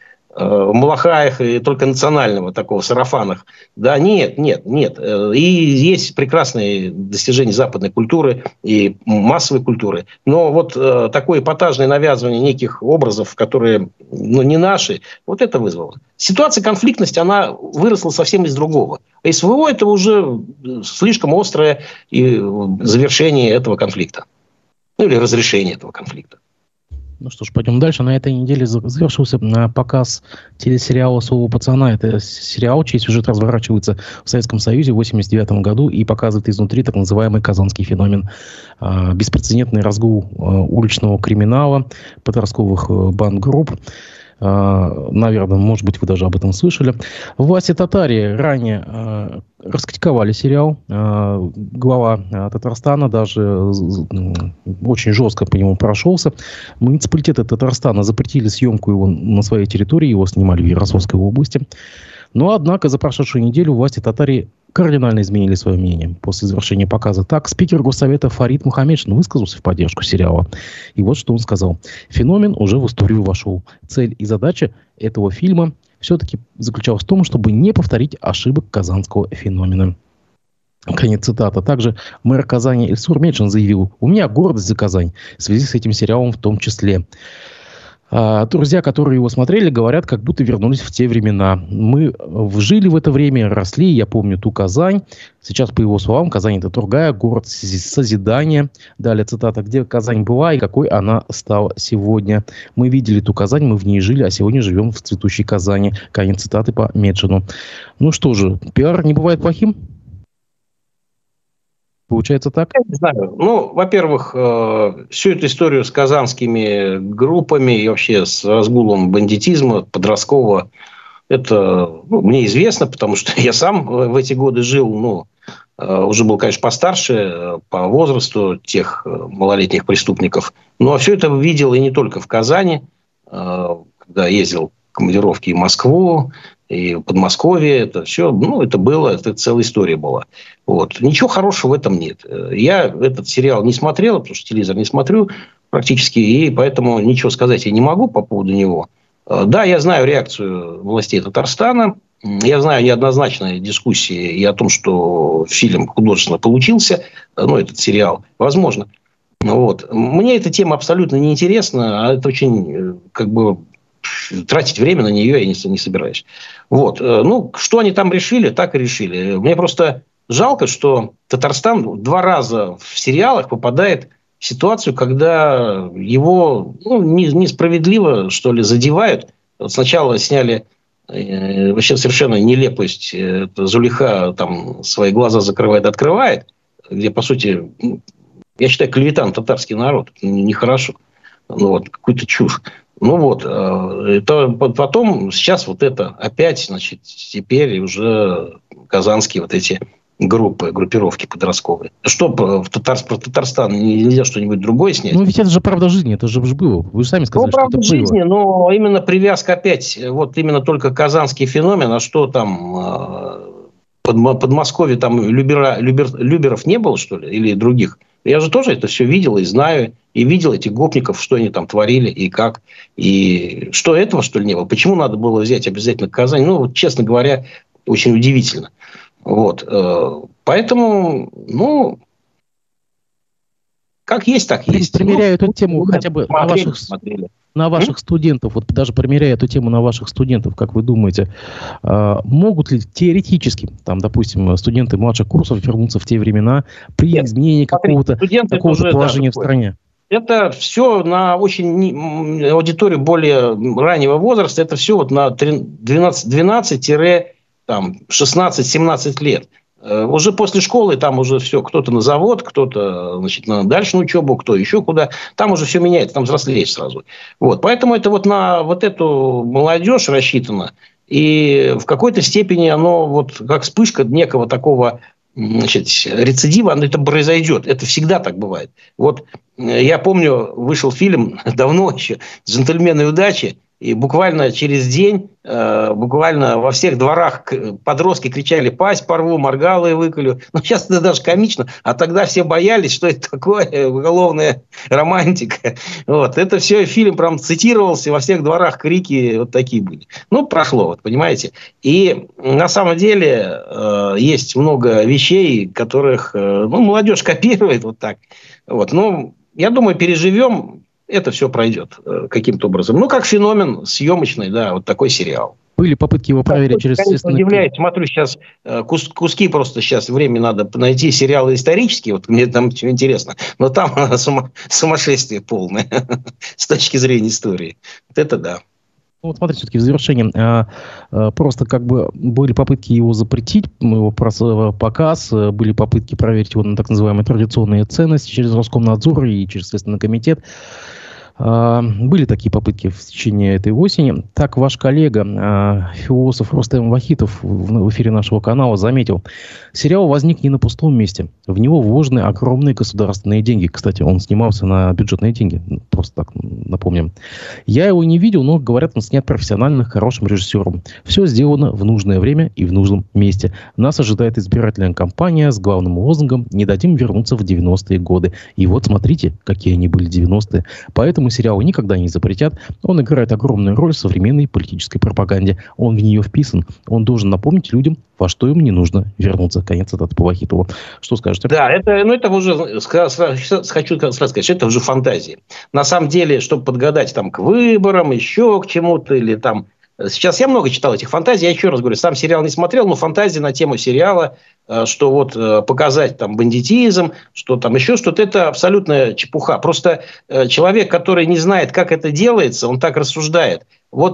в малахаях и только национального такого сарафанах. Да, нет. И есть прекрасные достижения западной культуры и массовой культуры. Но такое эпатажное навязывание неких образов, которые не наши, это вызвало. Ситуация конфликтности, она выросла совсем из другого. А СВО – это уже слишком острое завершение этого конфликта. Или разрешение этого конфликта. Что ж, пойдем дальше. На этой неделе завершился показ телесериала «Слово пацана». Это сериал, чей сюжет разворачивается в Советском Союзе в 1989 году и показывает изнутри так называемый казанский феномен. Беспрецедентный разгул уличного криминала, подростковых банд-групп. Наверное, может быть, вы даже об этом слышали. Власти Татарии ранее раскритиковали сериал. Глава Татарстана даже очень жестко по нему прошелся. Муниципалитеты Татарстана запретили съемку его на своей территории. Его снимали в Ярославской области. Но, однако, за прошедшую неделю власти Татарии кардинально изменили свое мнение после завершения показа. Так, спикер Госсовета Фарид Мухаммедшин высказался в поддержку сериала. И вот что он сказал. Феномен уже в историю вошел. Цель и задача этого фильма все-таки заключалась в том, чтобы не повторить ошибок казанского феномена. Конец цитаты. Также мэр Казани Ильсур Меджин заявил: «У меня гордость за Казань в связи с этим сериалом в том числе». Друзья, которые его смотрели, говорят, как будто вернулись в те времена. Мы жили в это время, росли, я помню ту Казань. Сейчас, по его словам, Казань – это другая, город созидания. Далее цитата: «Где Казань была и какой она стала сегодня? Мы видели ту Казань, мы в ней жили, а сегодня живем в цветущей Казани». Конец цитаты по Меджину. Ну что же, пиар не бывает плохим? Получается так? Я не знаю. Во-первых, всю эту историю с казанскими группами и вообще с разгулом бандитизма подросткового, это мне известно, потому что я сам в эти годы жил уже был, конечно, постарше по возрасту тех малолетних преступников. Но все это видел и не только в Казани, когда ездил в командировки и в Москву, и в Подмосковье. Это все, это было, это целая история была. Вот. Ничего хорошего в этом нет. Я этот сериал не смотрел, потому что телевизор не смотрю практически, и поэтому ничего сказать я не могу по поводу него. Да, я знаю реакцию властей Татарстана. Я знаю неоднозначные дискуссии и о том, что фильм художественно получился, этот сериал, возможно. Вот. Мне эта тема абсолютно неинтересна, а это очень, тратить время на нее я не собираюсь. Вот. Что они там решили, так и решили. Мне просто жалко, что Татарстан 2 раза в сериалах попадает в ситуацию, когда его несправедливо, что ли, задевают. Вот сначала сняли вообще совершенно нелепость. Зулейха там свои глаза закрывает, открывает, где, по сути, я считаю, клевета на татарский народ. Это нехорошо. Какую-то чушь. Это потом, сейчас это опять, теперь уже казанские эти группировки подростковые. Что про Татарстан нельзя что-нибудь другое снять? Ведь это же правда жизни, это же было. Вы же сами сказали, что правда это жизни, было. но именно привязка опять, именно только казанский феномен, а что там Подмосковье, там люберов не было, что ли, или других? Я же тоже это все видел и знаю, и видел этих гопников, что они там творили и как. И что этого, что ли, не было? Почему надо было взять обязательно Казань? Честно говоря, очень удивительно. Поэтому, как есть, так есть. Примеряя эту тему хотя бы на ваших студентов, даже примеряя эту тему на ваших студентов, как вы думаете, могут ли теоретически, допустим, студенты младших курсов вернуться в те времена при изменении какого-то положения в стране? Это все на аудиторию более раннего возраста, это все на 12-16 лет. Уже после школы там уже все, кто-то на завод, кто-то дальше на учебу, кто еще куда. Там уже все меняется, там взрослеешь сразу. Поэтому это на эту молодежь рассчитано. И в какой-то степени оно как вспышка некого такого рецидива, это произойдет. Это всегда так бывает. Я помню, вышел фильм давно еще «Джентльмены удачи», и буквально через день, буквально во всех дворах подростки кричали: «Пасть порву, моргалы выколю». Сейчас это даже комично. А тогда все боялись, что это такое, уголовная романтика. Это все, фильм прям цитировался, во всех дворах крики такие были. Прошло, понимаете. И на самом деле есть много вещей, которых молодежь копирует так. Я думаю, переживем. Это все пройдет каким-то образом. Как феномен съемочный, такой сериал. Были попытки его проверить через... Удивляет. Смотрю, сейчас куски просто сейчас время надо найти сериалы исторические. Мне там интересно. Но там сумасшествие полное с точки зрения истории. Это да. Смотрите, все-таки в завершение. Просто были попытки его запретить, его показ, были попытки проверить его на так называемые традиционные ценности через Роскомнадзор и через Следственный комитет. Были такие попытки в течение этой осени. Так, ваш коллега, философ Рустем Вахитов в эфире нашего канала заметил: сериал возник не на пустом месте. В него вложены огромные государственные деньги. Кстати, он снимался на бюджетные деньги. Просто так напомним. Я его не видел, но, говорят, он снят профессионально, хорошим режиссером. Все сделано в нужное время и в нужном месте. Нас ожидает избирательная кампания с главным лозунгом «Не дадим вернуться в 90-е годы». И смотрите, какие они были 90-е. Поэтому сериал никогда не запретят. Он играет огромную роль в современной политической пропаганде. Он в нее вписан. Он должен напомнить людям, во что им не нужно вернуться. Конец цитаты по Вахитову. Что скажете? Да, это уже, хочу сразу сказать, что это уже фантазии. На самом деле, чтобы подгадать к выборам, еще к чему-то, или Сейчас я много читал этих фантазий. Я еще раз говорю, сам сериал не смотрел, но фантазии на тему сериала, что показать бандитизм, что еще что-то, это абсолютная чепуха. Просто человек, который не знает, как это делается, он так рассуждает.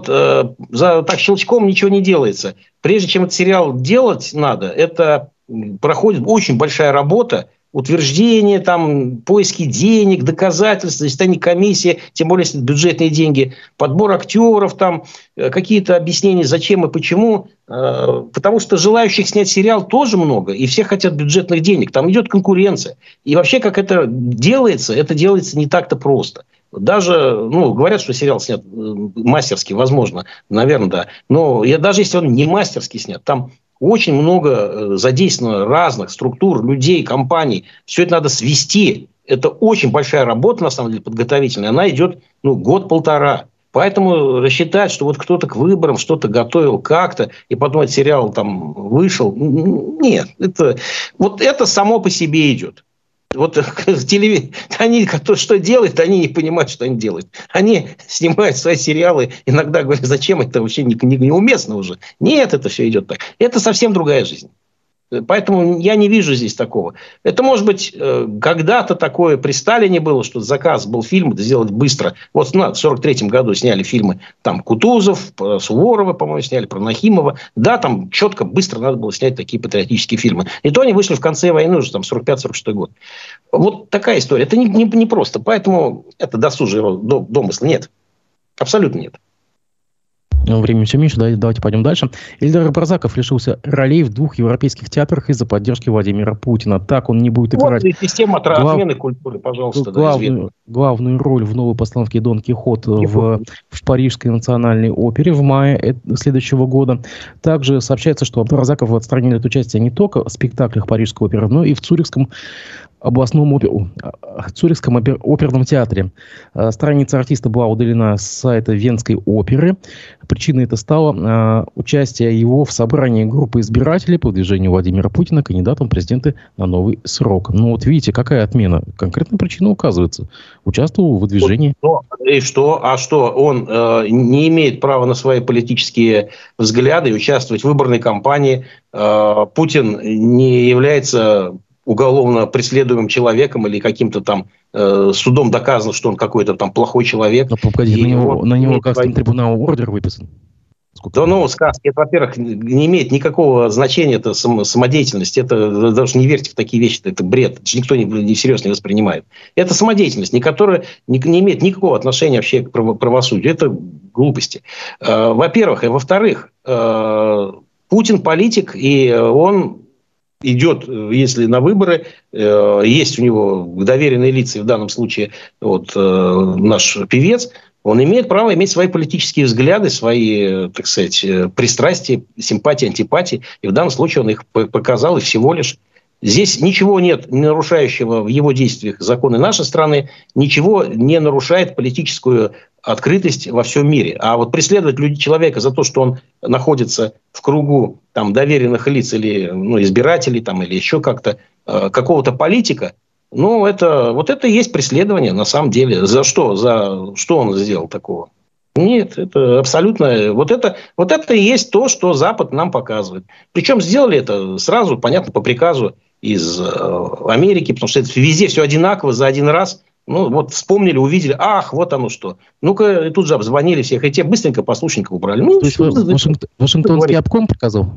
Так щелчком ничего не делается. Прежде чем этот сериал делать надо, это проходит очень большая работа утверждения, там, поиски денег, доказательств, заседание комиссии, тем более, если бюджетные деньги, подбор актеров, там, какие-то объяснения, зачем и почему. Потому что желающих снять сериал тоже много, и все хотят бюджетных денег. Там идет конкуренция. И вообще, как это делается не так-то просто. Даже, говорят, что сериал снят мастерски, возможно, наверное, да. Но даже если он не мастерски снят, там очень много задействовано разных структур, людей, компаний. Все это надо свести. Это очень большая работа, на самом деле, подготовительная. Она идет год-полтора. Поэтому рассчитать, что вот кто-то к выборам что-то готовил как-то, и потом этот сериал там вышел, нет. Это само по себе идет. Вот они что делают, они не понимают, что они делают. Они снимают свои сериалы, иногда говорят, зачем это вообще неуместно уже. Нет, это все идет так. Это совсем другая жизнь. Поэтому я не вижу здесь такого. Это, может быть, когда-то такое при Сталине было, что заказ был фильм сделать быстро. Вот в 1943 году сняли фильмы там Кутузов, Суворова, по-моему, сняли, про Нахимова. Да, там четко, быстро надо было снять такие патриотические фильмы. И то они вышли в конце войны, уже там 45-46 год. Вот такая история. Это не просто. Поэтому это досужие домыслы. Нет. Абсолютно нет. Времени все меньше, давайте пойдем дальше. Эльдар Абразаков лишился ролей в 2 европейских театрах из-за поддержки Владимира Путина. Так он не будет играть... Вот система отмены культуры, пожалуйста. Главную роль в новой постановке «Дон Кихот» в Парижской национальной опере в мае следующего года. Также сообщается, что Абразакова отстранили от участия не только в спектаклях Парижской оперы, но и в Цюрихском оперном театре. Страница артиста была удалена с сайта Венской оперы. Причиной это стало участие его в собрании группы избирателей по выдвижению Владимира Путина кандидатом в президенты на новый срок. Вот видите, какая отмена. Конкретная причина указывается. Участвовал в выдвижении. И что? А что? Он не имеет права на свои политические взгляды и участвовать в выборной кампании. Путин не является уголовно преследуемым человеком или каким-то там судом доказано, что он какой-то там плохой человек. Но погоди, на него Гаагским трибуналом ордер выписан. Сказки. Это, во-первых, не имеет никакого значения, это самодеятельность. Это даже не верьте в такие вещи, это бред. Это же никто не всерьез не воспринимает. Это самодеятельность, которая не имеет никакого отношения вообще к правосудию. Это глупости. Во-первых. И во-вторых, Путин политик, и он идет, если на выборы, есть у него доверенные лица, в данном случае наш певец, он имеет право иметь свои политические взгляды, свои, так сказать, пристрастия, симпатии, антипатии. И в данном случае он их показал, и всего лишь. Здесь ничего нет нарушающего в его действиях законы нашей страны, ничего не нарушает политическую открытость во всем мире. А вот преследовать человека за то, что он находится в кругу там, доверенных лиц или избирателей там, или еще как-то какого-то политика, это и есть преследование на самом деле. За что? За что он сделал такого? Нет, это абсолютно... Вот это и есть то, что Запад нам показывает. Причем сделали это сразу, понятно, по приказу из Америки, потому что это везде все одинаково за один раз. Вспомнили, увидели, вот оно что. Ну-ка, и тут же обзвонили всех, и те быстренько послушников убрали. То есть Вашингтонский обком приказал?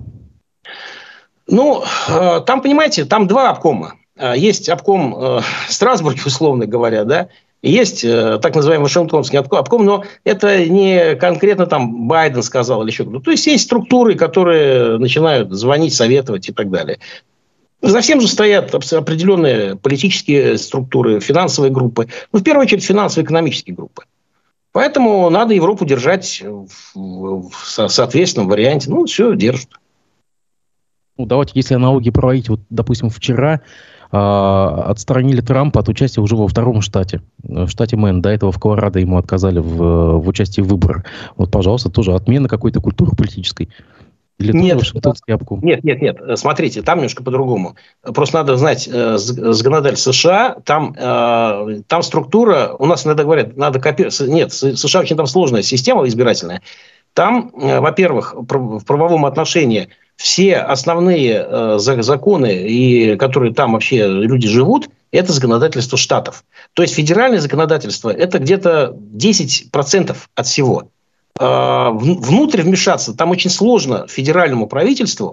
Там, понимаете, там 2 обкома. Есть обком Страсбурга, условно говоря, да, и есть так называемый Вашингтонский обком, но это не конкретно там Байден сказал или еще кто-то. То есть есть структуры, которые начинают звонить, советовать и так далее. За всем же стоят определенные политические структуры, финансовые группы. В первую очередь финансово-экономические группы. Поэтому надо Европу держать в соответственном варианте. Все, держат. Давайте, если аналогии проводить, допустим, вчера отстранили Трампа от участия уже во 2-м штате, в штате Мэн. До этого в Колорадо ему отказали в участии в выборах. Пожалуйста, тоже отмена какой-то культуры политической. Нет, смотрите, там немножко по-другому. Просто надо знать законодательство США, там структура, у нас иногда говорят, надо копировать. Нет, в США очень там сложная система избирательная. Там, во-первых, в правовом отношении все основные законы, которые там вообще люди живут, это законодательство штатов. То есть федеральное законодательство – это где-то 10% от всего. Внутрь вмешаться там очень сложно федеральному правительству,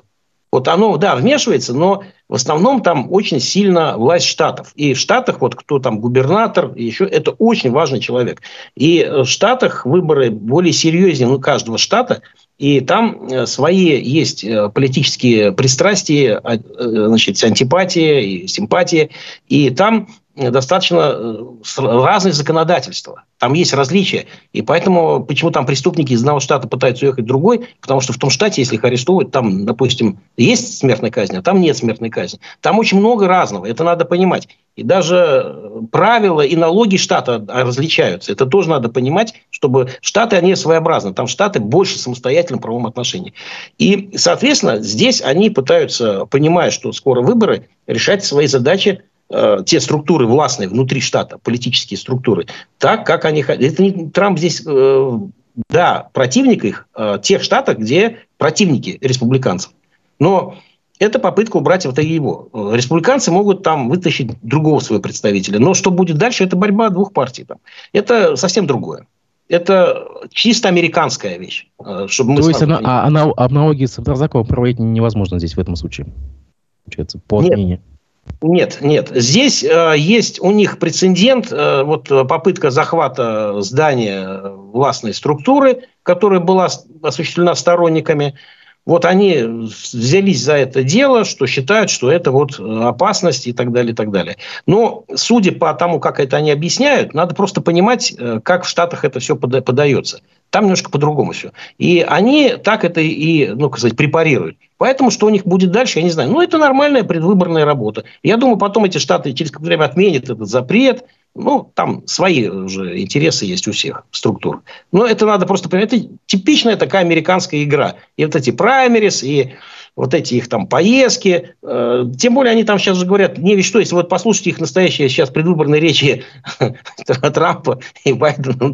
Вот оно, да, вмешивается, но в основном там очень сильно власть штатов. И в Штатах, вот кто там губернатор, еще это очень важный человек. И в Штатах выборы более серьезнее каждого штата. И там свои есть политические пристрастия, значит, антипатия и симпатия. И там достаточно разное законодательство. Там есть различия. И поэтому, почему там преступники из одного штата пытаются уехать в другой, потому что в том штате, если их арестовывают, там, допустим, есть смертная казнь, а там нет смертной казни. Там очень много разного. Это надо понимать. И даже правила и налоги штата различаются. Это тоже надо понимать, чтобы штаты, они своеобразны. Там штаты больше самостоятельно в правовом отношении. И, соответственно, здесь они пытаются, понимая, что скоро выборы, решать свои задачи, те структуры властные внутри штата, политические структуры, так, как они хотят. Это не Трамп здесь, да, противник их, тех штатов, где противники республиканцев. Но это попытка убрать вот его. Республиканцы могут там вытащить другого своего представителя. Но что будет дальше, это борьба двух партий. Там. Это совсем другое. Это чисто американская вещь. Чтобы мы То есть аналогии с Абдразаковым проводить невозможно здесь в этом случае? Получается, по мнению. Нет. Здесь есть у них прецедент, вот попытка захвата здания властной структуры, которая была осуществлена сторонниками. Вот они взялись за это дело, что считают, что это вот опасность и так далее, и так далее. Но судя по тому, как это они объясняют, надо просто понимать, как в Штатах это все подается. Там немножко по-другому все. И они так это и, препарируют. Поэтому, что у них будет дальше, я не знаю. Это нормальная предвыборная работа. Я думаю, потом эти штаты через какое-то время отменят этот запрет. Там свои уже интересы есть у всех структур. Но это надо просто понимать. Это типичная такая американская игра. И вот эти праймерис, и вот эти их там поездки. Тем более, они там сейчас же говорят, не ведь что, если вот послушайте их настоящие сейчас предвыборные речи Трампа и Байдена,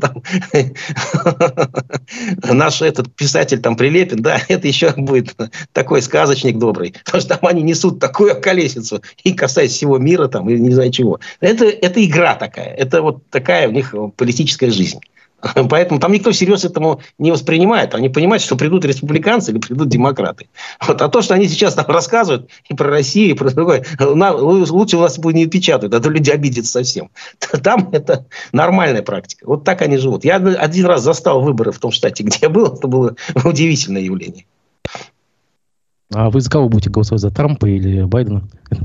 наш этот писатель там Прилепин, да, это еще будет такой сказочник добрый. Потому что там они несут такую околесицу и касаясь всего мира там, и не знаю чего. Это игра такая. Это вот такая у них политическая жизнь. Поэтому там никто всерьез этому не воспринимает. Они понимают, что придут республиканцы или придут демократы. А то, что они сейчас там рассказывают и про Россию, и про другое, лучше у нас будет не печатают, а то люди обидятся совсем. Там это нормальная практика. Вот так они живут. Я один раз застал выборы в том штате, где я был. Это было удивительное явление. А вы за кого будете голосовать? За Трампа или Байдена?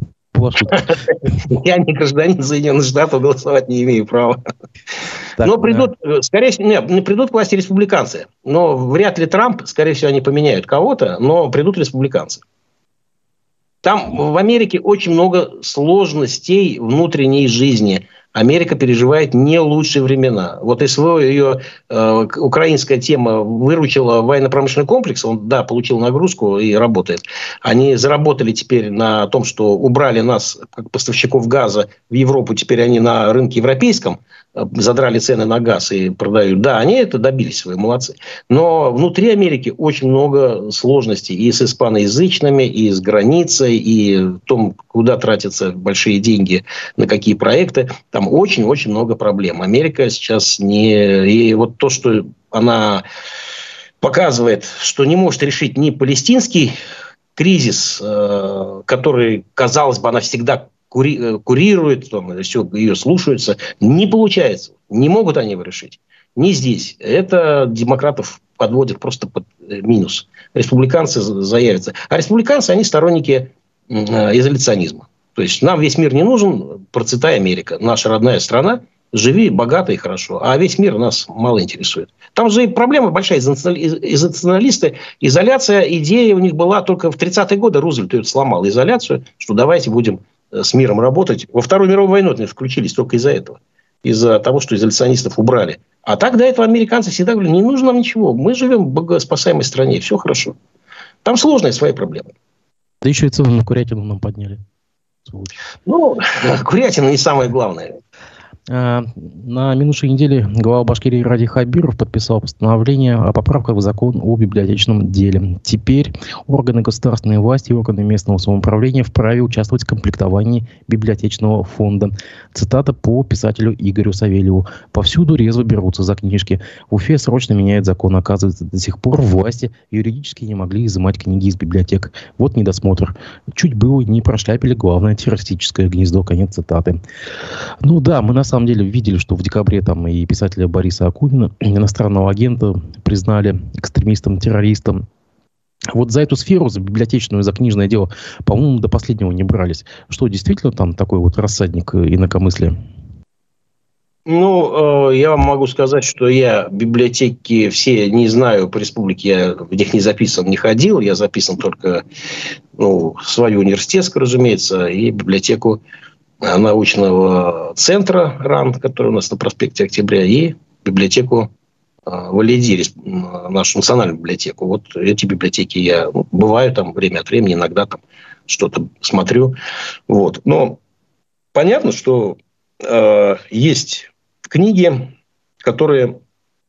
Я не гражданин Соединенных Штатов, голосовать не имею права. Но придут, скорее всего, придут к власти республиканцы. Но вряд ли Трамп, скорее всего, они поменяют кого-то, но придут республиканцы. Там в Америке очень много сложностей внутренней жизни. Америка переживает не лучшие времена. Вот СВО, ее украинская тема выручила военно-промышленный комплекс. Он, да, получил нагрузку и работает. Они заработали теперь на том, что убрали нас, как поставщиков газа, в Европу. Теперь они на рынке европейском задрали цены на газ и продают. Да, они это добились свои, молодцы. Но внутри Америки очень много сложностей. И с испаноязычными, и с границей, и в том, куда тратятся большие деньги, на какие проекты. Там очень-очень много проблем. Америка сейчас не... И вот то, что она показывает, что не может решить ни палестинский кризис, который, казалось бы, она всегда курирует, ее слушаются, не получается. Не могут они его решить. Не здесь. Это демократов подводят просто под минус. Республиканцы заявятся. А республиканцы, они сторонники изоляционизма. То есть нам весь мир не нужен, процветай Америка. Наша родная страна, живи богато и хорошо. А весь мир нас мало интересует. Там же проблема большая. Изоляционалисты, изоляция, идея у них была только в 30-е годы. Рузвельт ее сломал, изоляцию, что давайте будем с миром работать. Во Вторую мировую войну они включились только из-за этого. Из-за того, что изоляционистов убрали. А так до этого американцы всегда говорили, не нужно нам ничего. Мы живем в богоспасаемой стране, все хорошо. Там сложные свои проблемы. Да еще и цены на курятину нам подняли. Курятина не самое главное. На минувшей неделе глава Башкирии Ради Хабиров подписал постановление о поправках в закон о библиотечном деле. Теперь органы государственной власти и органы местного самоуправления вправе участвовать в комплектовании библиотечного фонда. Цитата по писателю Игорю Савельеву. «Повсюду резво берутся за книжки. В Уфе срочно меняют закон. Оказывается, до сих пор власти юридически не могли изымать книги из библиотек. Вот недосмотр. Чуть было не прошляпили главное террористическое гнездо». Конец цитаты. Ну да, мы на самом деле видели, что в декабре там и писателя Бориса Акунина, иностранного агента, признали экстремистом-террористом. Вот за эту сферу, за библиотечную, за книжное дело, по-моему, до последнего не брались. Что, действительно там такой вот рассадник инакомыслия? Ну, я вам могу сказать, что я библиотеки все не знаю по республике, я в них не записан, не ходил. Я записан только свою университетскую, разумеется, и библиотеку научного центра РАН, который у нас на проспекте Октября, и библиотеку Валиди, нашу национальную библиотеку. Вот эти библиотеки я бываю там время от времени, иногда там что-то смотрю. Вот. Но понятно, что есть книги, которые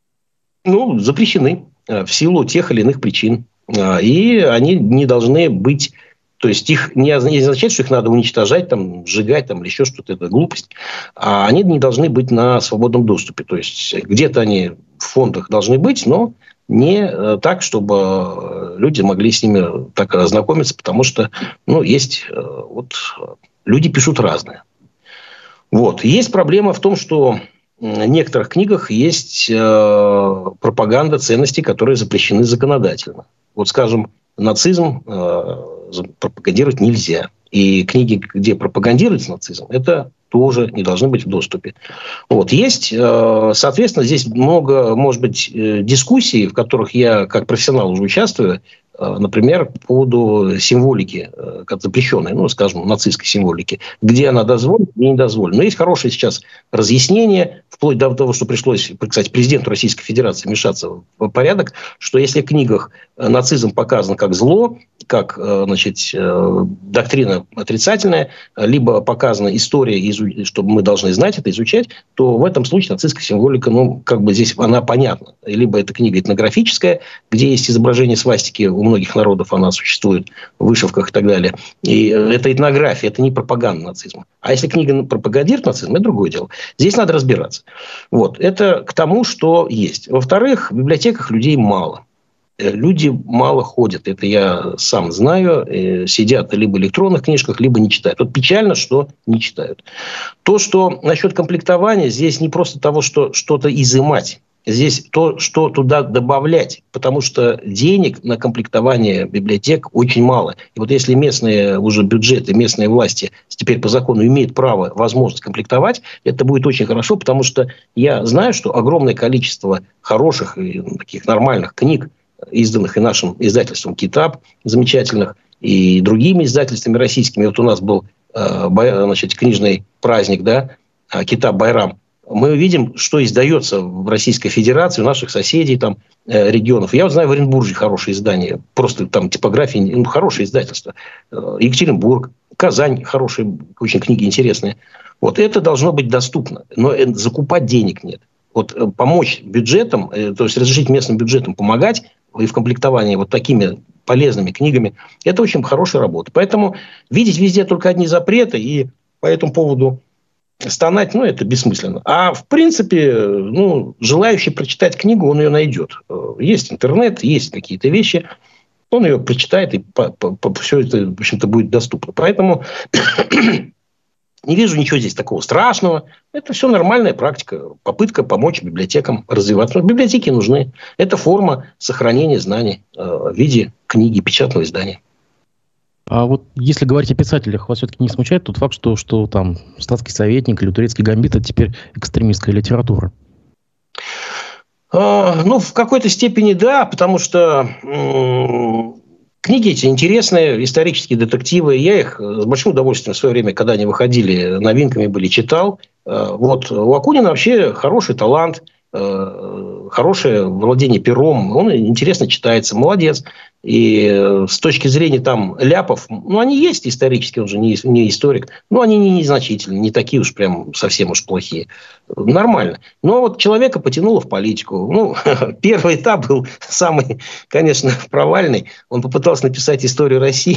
запрещены в силу тех или иных причин. И они не должны быть... То есть их не означает, что их надо уничтожать, там, сжигать там, или еще что-то, это глупость. А они не должны быть на свободном доступе. То есть где-то они в фондах должны быть, но не так, чтобы люди могли с ними так ознакомиться, потому что есть люди пишут разное. Вот. Есть проблема в том, что в некоторых книгах есть пропаганда ценностей, которые запрещены законодательно. Вот, скажем, нацизм пропагандировать нельзя. И книги, где пропагандируется нацизм, это тоже не должны быть в доступе. Вот. Есть, соответственно, здесь много, может быть, дискуссий, в которых я как профессионал уже участвую, например, по поводу символики, как запрещенной, скажем, нацистской символики, где она дозволена и не дозволена. Но есть хорошее сейчас разъяснение, вплоть до того, что пришлось, кстати, президенту Российской Федерации вмешаться в порядок, что если в книгах нацизм показан как зло, как, доктрина отрицательная, либо показана история, чтобы мы должны знать это, изучать, то в этом случае нацистская символика, здесь она понятна. Либо это книга этнографическая, где есть изображение свастики, у многих народов она существует в вышивках и так далее. И это этнография, это не пропаганда нацизма. А если книга пропагандирует нацизм, это другое дело. Здесь надо разбираться. Вот. Это к тому, что есть. Во-вторых, в библиотеках людей мало. Люди мало ходят, это я сам знаю, сидят либо в электронных книжках, либо не читают. Вот печально, что не читают. То, что насчет комплектования, здесь не просто того, что что-то изымать, здесь то, что туда добавлять, потому что денег на комплектование библиотек очень мало. И вот если местные уже бюджеты, местные власти теперь по закону имеют право, возможность комплектовать, это будет очень хорошо, потому что я знаю, что огромное количество хороших и таких нормальных книг, изданных и нашим издательством «Китаб», замечательных, и другими издательствами российскими. Вот у нас был книжный праздник, «Китаб Байрам». Мы видим, что издается в Российской Федерации, у наших соседей, регионов. Я знаю, в Оренбурге хорошее издание, просто там типографии, хорошее издательство. Екатеринбург, Казань, хорошие очень книги, интересные. Вот это должно быть доступно, но закупать денег нет. Вот помочь бюджетам, то есть разрешить местным бюджетам помогать и в комплектовании вот такими полезными книгами, это очень хорошая работа. Поэтому видеть везде только одни запреты и по этому поводу стонать, это бессмысленно. А в принципе, желающий прочитать книгу, он ее найдет. Есть интернет, есть какие-то вещи, он ее прочитает, и все это, в общем-то, будет доступно. Поэтому не вижу ничего здесь такого страшного. Это все нормальная практика. Попытка помочь библиотекам развиваться. Библиотеки нужны. Это форма сохранения знаний в виде книги, печатного издания. А вот если говорить о писателях, вас все-таки не смущает тот факт, что там «Статский советник» или «Турецкий гамбит» — это теперь экстремистская литература? В какой-то степени да, потому что книги эти интересные, исторические детективы. Я их с большим удовольствием в свое время, когда они выходили, новинками были, читал. Вот у Акунина вообще хороший талант. хорошее владение пером, он интересно читается, молодец. И с точки зрения там ляпов, ну, они есть исторически, он же не историк, но они не незначительные, не такие уж прям совсем уж плохие. Нормально. Но вот человека потянуло в политику. Ну, первый этап был самый, конечно, провальный. Он попытался написать историю России,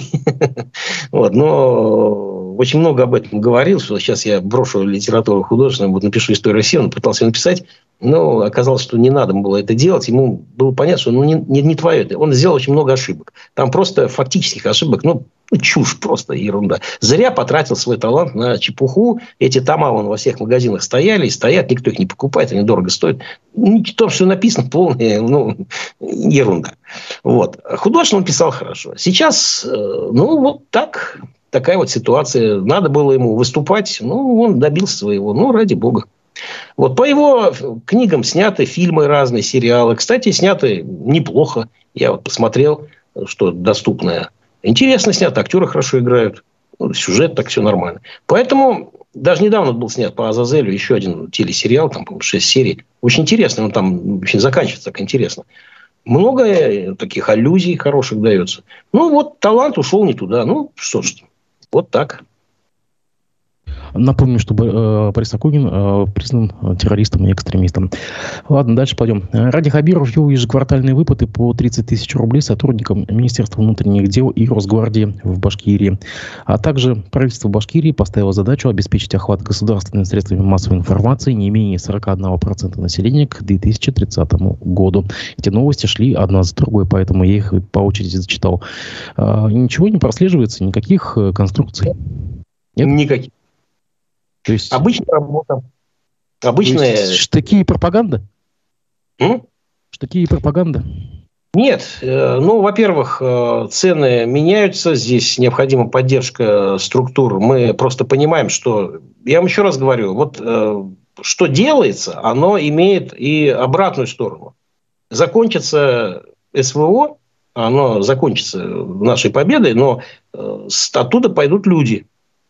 но очень много об этом говорил, что сейчас я брошу литературу художественную, вот напишу историю России, он пытался написать, но оказалось, что не надо было это делать. Ему было понятно, что не твое это. Он сделал очень много ошибок. Там просто фактических ошибок, чушь просто, ерунда. Зря потратил свой талант на чепуху. Эти тома вон во всех магазинах стояли и стоят, никто их не покупает, они дорого стоят. То, что написано, полная ерунда. Вот. Художественно он писал хорошо. Сейчас, вот так, такая вот ситуация. Надо было ему выступать, он добился своего, ради бога. Вот по его книгам сняты фильмы разные, сериалы. Кстати, сняты неплохо. Я вот посмотрел, что доступное. Интересно снято, актеры хорошо играют. Сюжет, так все нормально. Поэтому даже недавно был снят по Азазелю еще один телесериал, там, по-моему, 6 серий. Очень интересно, он там очень заканчивается так интересно. Много таких аллюзий хороших дается. Вот талант ушел не туда. Что ж, вот так. Напомню, что Борис Акунин признан террористом и экстремистом. Ладно, дальше пойдем. Ради Хабиров ввел ежеквартальные выплаты по 30 тысяч рублей сотрудникам Министерства внутренних дел и Росгвардии в Башкирии. А также правительство Башкирии поставило задачу обеспечить охват государственными средствами массовой информации не менее 41% населения к 2030 году. Эти новости шли одна за другой, поэтому я их по очереди зачитал. Ничего не прослеживается, никаких конструкций? Нет? Никаких. То есть, обычная работа. Обычная... Штыки и пропаганда? Штыки и пропаганда? Нет. Во-первых, цены меняются. Здесь необходима поддержка структур. Мы просто понимаем, что... Я вам еще раз говорю. Что делается, оно имеет и обратную сторону. Закончится СВО, оно закончится нашей победой, но оттуда пойдут люди.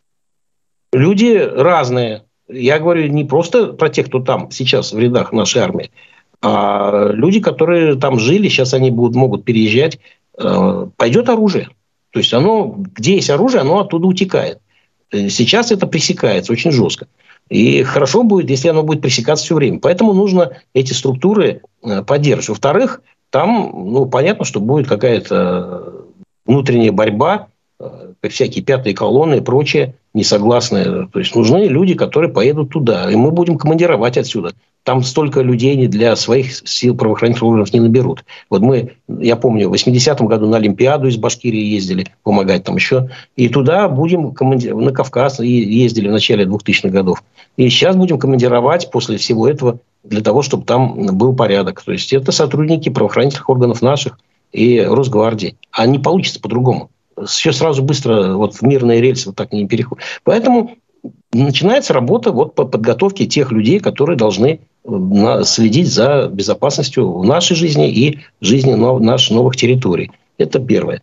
Люди разные. Я говорю не просто про тех, кто там сейчас в рядах нашей армии, а люди, которые там жили, сейчас они могут переезжать. Пойдет оружие. То есть где есть оружие, оно оттуда утекает. Сейчас это пресекается очень жестко. И хорошо будет, если оно будет пресекаться все время. Поэтому нужно эти структуры поддерживать. Во-вторых, там понятно, что будет какая-то внутренняя борьба, всякие пятые колонны и прочее, несогласные. То есть нужны люди, которые поедут туда. И мы будем командировать отсюда. Там столько людей для своих сил правоохранительных органов не наберут. Я помню, в 80-м году на Олимпиаду из Башкирии ездили помогать там еще. И туда будем на Кавказ ездили в начале 2000-х годов. И сейчас будем командировать после всего этого для того, чтобы там был порядок. То есть это сотрудники правоохранительных органов наших и Росгвардии. А не получится по-другому. Все сразу быстро в мирные рельсы так не переходит. Поэтому начинается работа по подготовке тех людей, которые должны следить за безопасностью в нашей жизни и жизни наших новых территорий. Это первое.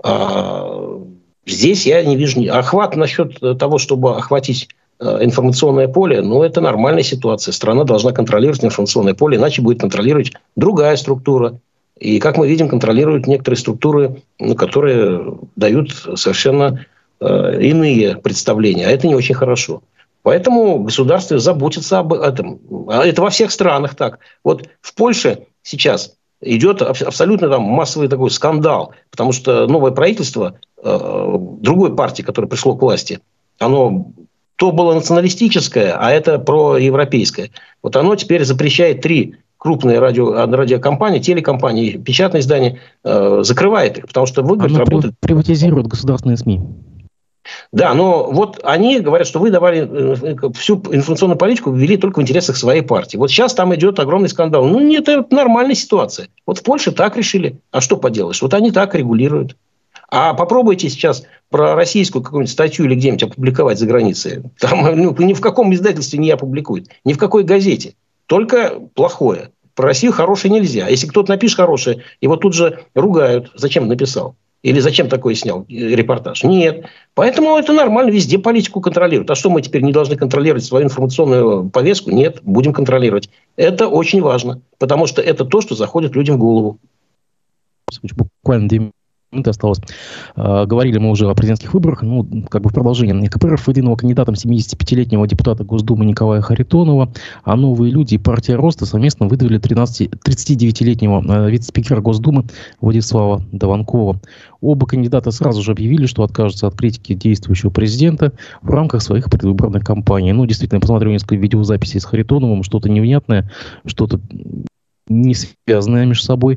Здесь я не вижу... Охват насчет того, чтобы охватить информационное поле, это нормальная ситуация. Страна должна контролировать информационное поле, иначе будет контролировать другая структура. И, как мы видим, контролируют некоторые структуры, которые дают совершенно иные представления. А это не очень хорошо. Поэтому государство заботится об этом. Это во всех странах так. В Польше сейчас идет абсолютно массовый такой скандал, потому что новое правительство другой партии, которое пришло к власти, оно то было националистическое, а это проевропейское. Оно теперь запрещает 3 крупные радиокомпании, телекомпании, печатные издания, закрывает их, потому что выгодно работает. Приватизируют государственные СМИ. Да, но они говорят, что вы давали всю информационную политику, ввели только в интересах своей партии. Сейчас там идет огромный скандал. Нет, это нормальная ситуация. В Польше так решили. А что поделаешь? Они так регулируют. А попробуйте сейчас про российскую какую-нибудь статью или где-нибудь опубликовать за границей. Там ни в каком издательстве не опубликуют. Ни в какой газете. Только плохое. Про Россию хорошее нельзя. Если кто-то напишет хорошее, его тут же ругают. Зачем написал? Или зачем такое снял репортаж? Нет. Поэтому это нормально, везде политику контролируют. А что, мы теперь не должны контролировать свою информационную повестку? Нет, будем контролировать. Это очень важно, потому что это то, что заходит людям в голову. Буквально 2 минуты осталось. Говорили мы уже о президентских выборах. Ну, как бы в продолжение. КПРФ выдвинула кандидатом 75-летнего депутата Госдумы Николая Харитонова, а новые люди и партия Роста совместно выдвинули 39-летнего вице-спикера Госдумы Владислава Дованкова. Оба кандидата сразу же объявили, что откажутся от критики действующего президента в рамках своих предвыборных кампаний. Ну, действительно, я посмотрел несколько видеозаписей с Харитоновым, что-то невнятное, что-то не связанное между собой.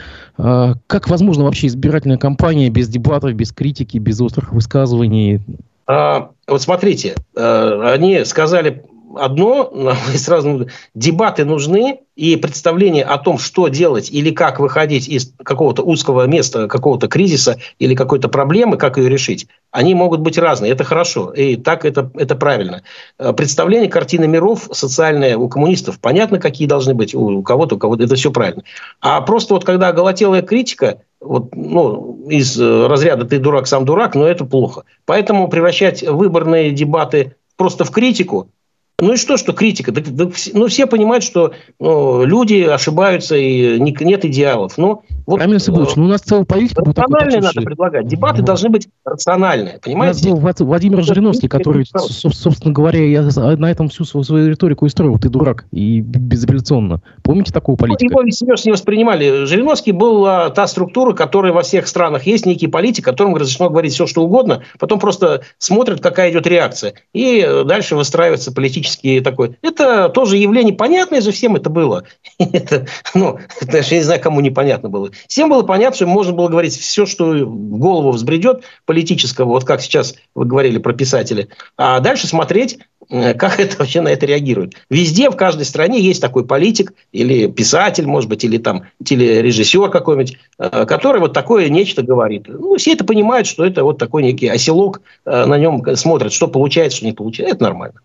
Как возможно вообще избирательная кампания без дебатов, без критики, без острых высказываний? Вот смотрите, они сказали одно, и сразу дебаты нужны, и представление о том, что делать или как выходить из какого-то узкого места, какого-то кризиса или какой-то проблемы, как ее решить, они могут быть разные. Это хорошо, и так это правильно. Представление, картина миров социальная у коммунистов, понятно, какие должны быть у кого-то, это все правильно. А просто вот когда оголтелая критика, вот, ну, из разряда «ты дурак, сам дурак», но это плохо. Поэтому превращать выборные дебаты просто в критику. Ну и что критика? Ну, все понимают, что люди ошибаются и нет идеалов. Ну, вот, Правильно, Сыбулович, у нас целая политика. Рациональные надо предлагать. Дебаты должны быть рациональные. Понимаете? У нас был Владимир Жириновский, который, собственно говоря, я на этом всю свою риторику и строил. Ты дурак. И безапелляционно. Помните такого политика? Его всерьез не воспринимали. Жириновский была та структура, которая во всех странах есть некий политик, которому разрешено говорить все, что угодно. Потом просто смотрят, какая идет реакция. И дальше выстраивается политический такой. Это тоже явление понятное же, всем это было. Я не знаю, кому непонятно было. Всем было понятно, что можно было говорить все, что в голову взбредет политического, вот как сейчас вы говорили про писателей, а дальше смотреть, как это вообще на это реагирует. Везде, в каждой стране есть такой политик или писатель, может быть, или там телережиссер какой-нибудь, который вот такое нечто говорит. Ну, все это понимают, что это вот такой некий оселок, на нем смотрят, что получается, что не получается. Это нормально.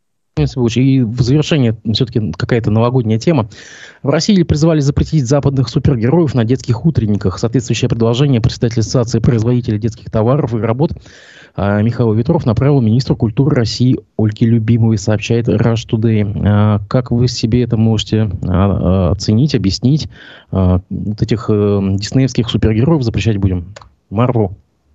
И в завершение все-таки какая-то новогодняя тема. В России призвали запретить западных супергероев на детских утренниках. Соответствующее предложение председатель Ассоциации производителей детских товаров и работ Михаил Ветров направил министру культуры России Ольге Любимовой, сообщает Rush Today. Как вы себе это можете оценить, объяснить? Вот этих диснеевских супергероев запрещать будем? Марвел.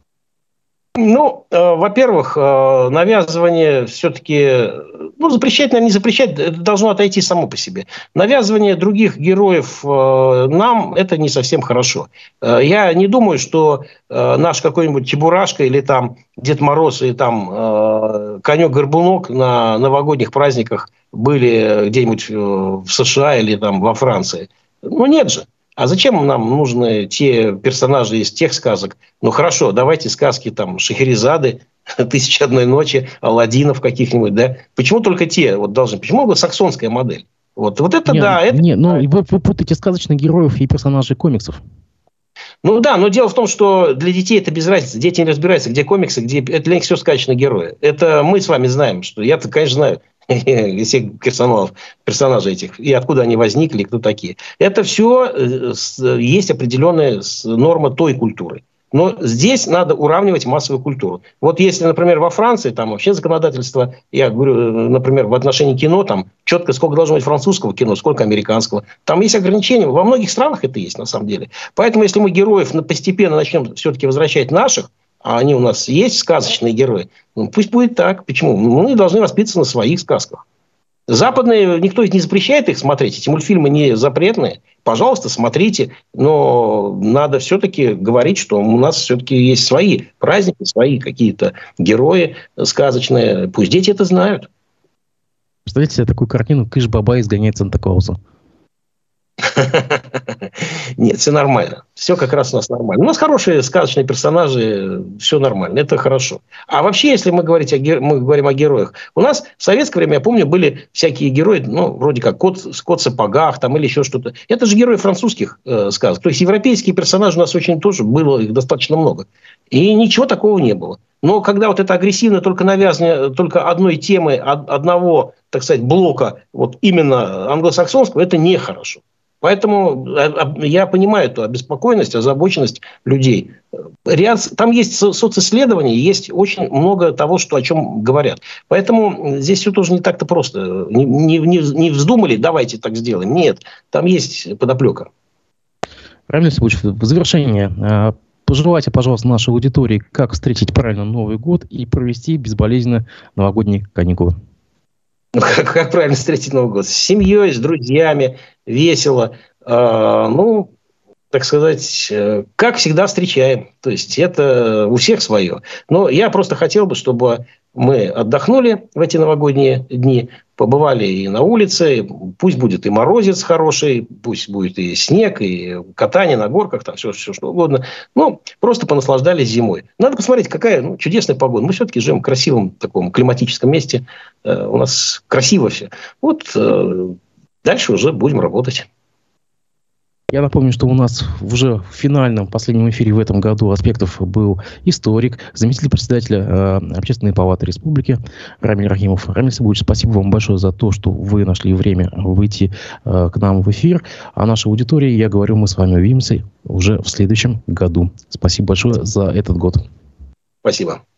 Ну, во-первых, навязывание все-таки, запрещать, наверное, не запрещать, это должно отойти само по себе. Навязывание других героев нам, это не совсем хорошо. Я не думаю, что наш какой-нибудь Чебурашка или там Дед Мороз и там Конек-Горбунок на новогодних праздниках были где-нибудь в США или там во Франции. Ну, нет же. А зачем нам нужны те персонажи из тех сказок? Ну, хорошо, давайте сказки там Шахерезады, «Тысяча одной ночи», Аладдинов каких-нибудь, да? Почему только те вот должны? Почему англосаксонская модель? Вот это нет, да. Нет, вы путаете сказочных героев и персонажей комиксов. Ну да, но дело в том, что для детей это без разницы. Дети не разбираются, где комиксы, где... Это для них все сказочные герои. Это мы с вами знаем, что... Я-то, конечно, знаю всех персонажей этих, и откуда они возникли, кто такие. Это все есть определенная норма той культуры. Но здесь надо уравнивать массовую культуру. Вот если, например, во Франции, там вообще законодательство, я говорю, например, в отношении кино, там четко сколько должно быть французского кино, сколько американского. Там есть ограничения. Во многих странах это есть, на самом деле. Поэтому, если мы героев постепенно начнем все-таки возвращать наших, а они у нас есть сказочные герои, пусть будет так. Почему? Мы должны воспитываться на своих сказках. Западные, никто не запрещает их смотреть. Эти мультфильмы не запретные. Пожалуйста, смотрите. Но надо все-таки говорить, что у нас все-таки есть свои праздники, свои какие-то герои сказочные. Пусть дети это знают. Представляете себе такую картину: Кыш-Баба изгоняет Санта-Клауса. Нет, все нормально. Все как раз у нас нормально. У нас хорошие сказочные персонажи, все нормально, это хорошо. А вообще, если мы говорим о героях, у нас в советское время, я помню, были всякие герои, вроде как кот в сапогах там, или еще что-то. Это же герои французских сказок. То есть европейские персонажи у нас очень тоже было, их достаточно много. И ничего такого не было. Но когда вот это агрессивное только навязывание только одной темы, одного, так сказать, блока, вот именно англосаксонского, это нехорошо. Поэтому я понимаю эту обеспокоенность, озабоченность людей. Там есть социсследования, есть очень много того, о чем говорят. Поэтому здесь все тоже не так-то просто. Не вздумали, давайте так сделаем. Нет, там есть подоплека. Рамиль Осипович, в завершение, пожелайте, пожалуйста, нашей аудитории, как встретить правильно Новый год и провести безболезненно новогодние каникулы. Как правильно встретить Новый год? С семьей, с друзьями, весело. Так сказать, как всегда встречаем. То есть, это у всех свое. Но я просто хотел бы, чтобы мы отдохнули в эти новогодние дни, побывали и на улице, пусть будет и морозец хороший, пусть будет и снег, и катание на горках, там все что угодно. Просто понаслаждались зимой. Надо посмотреть, какая чудесная погода. Мы все-таки живем в красивом таком климатическом месте. У нас красиво все. Дальше уже будем работать. Я напомню, что у нас уже в финальном, последнем эфире в этом году «Аспектов» был историк, заместитель председателя Общественной палаты республики Рамиль Рахимов. Рамиль Осипович, спасибо вам большое за то, что вы нашли время выйти к нам в эфир. А нашей аудитории, я говорю, мы с вами увидимся уже в следующем году. Спасибо большое за этот год. Спасибо.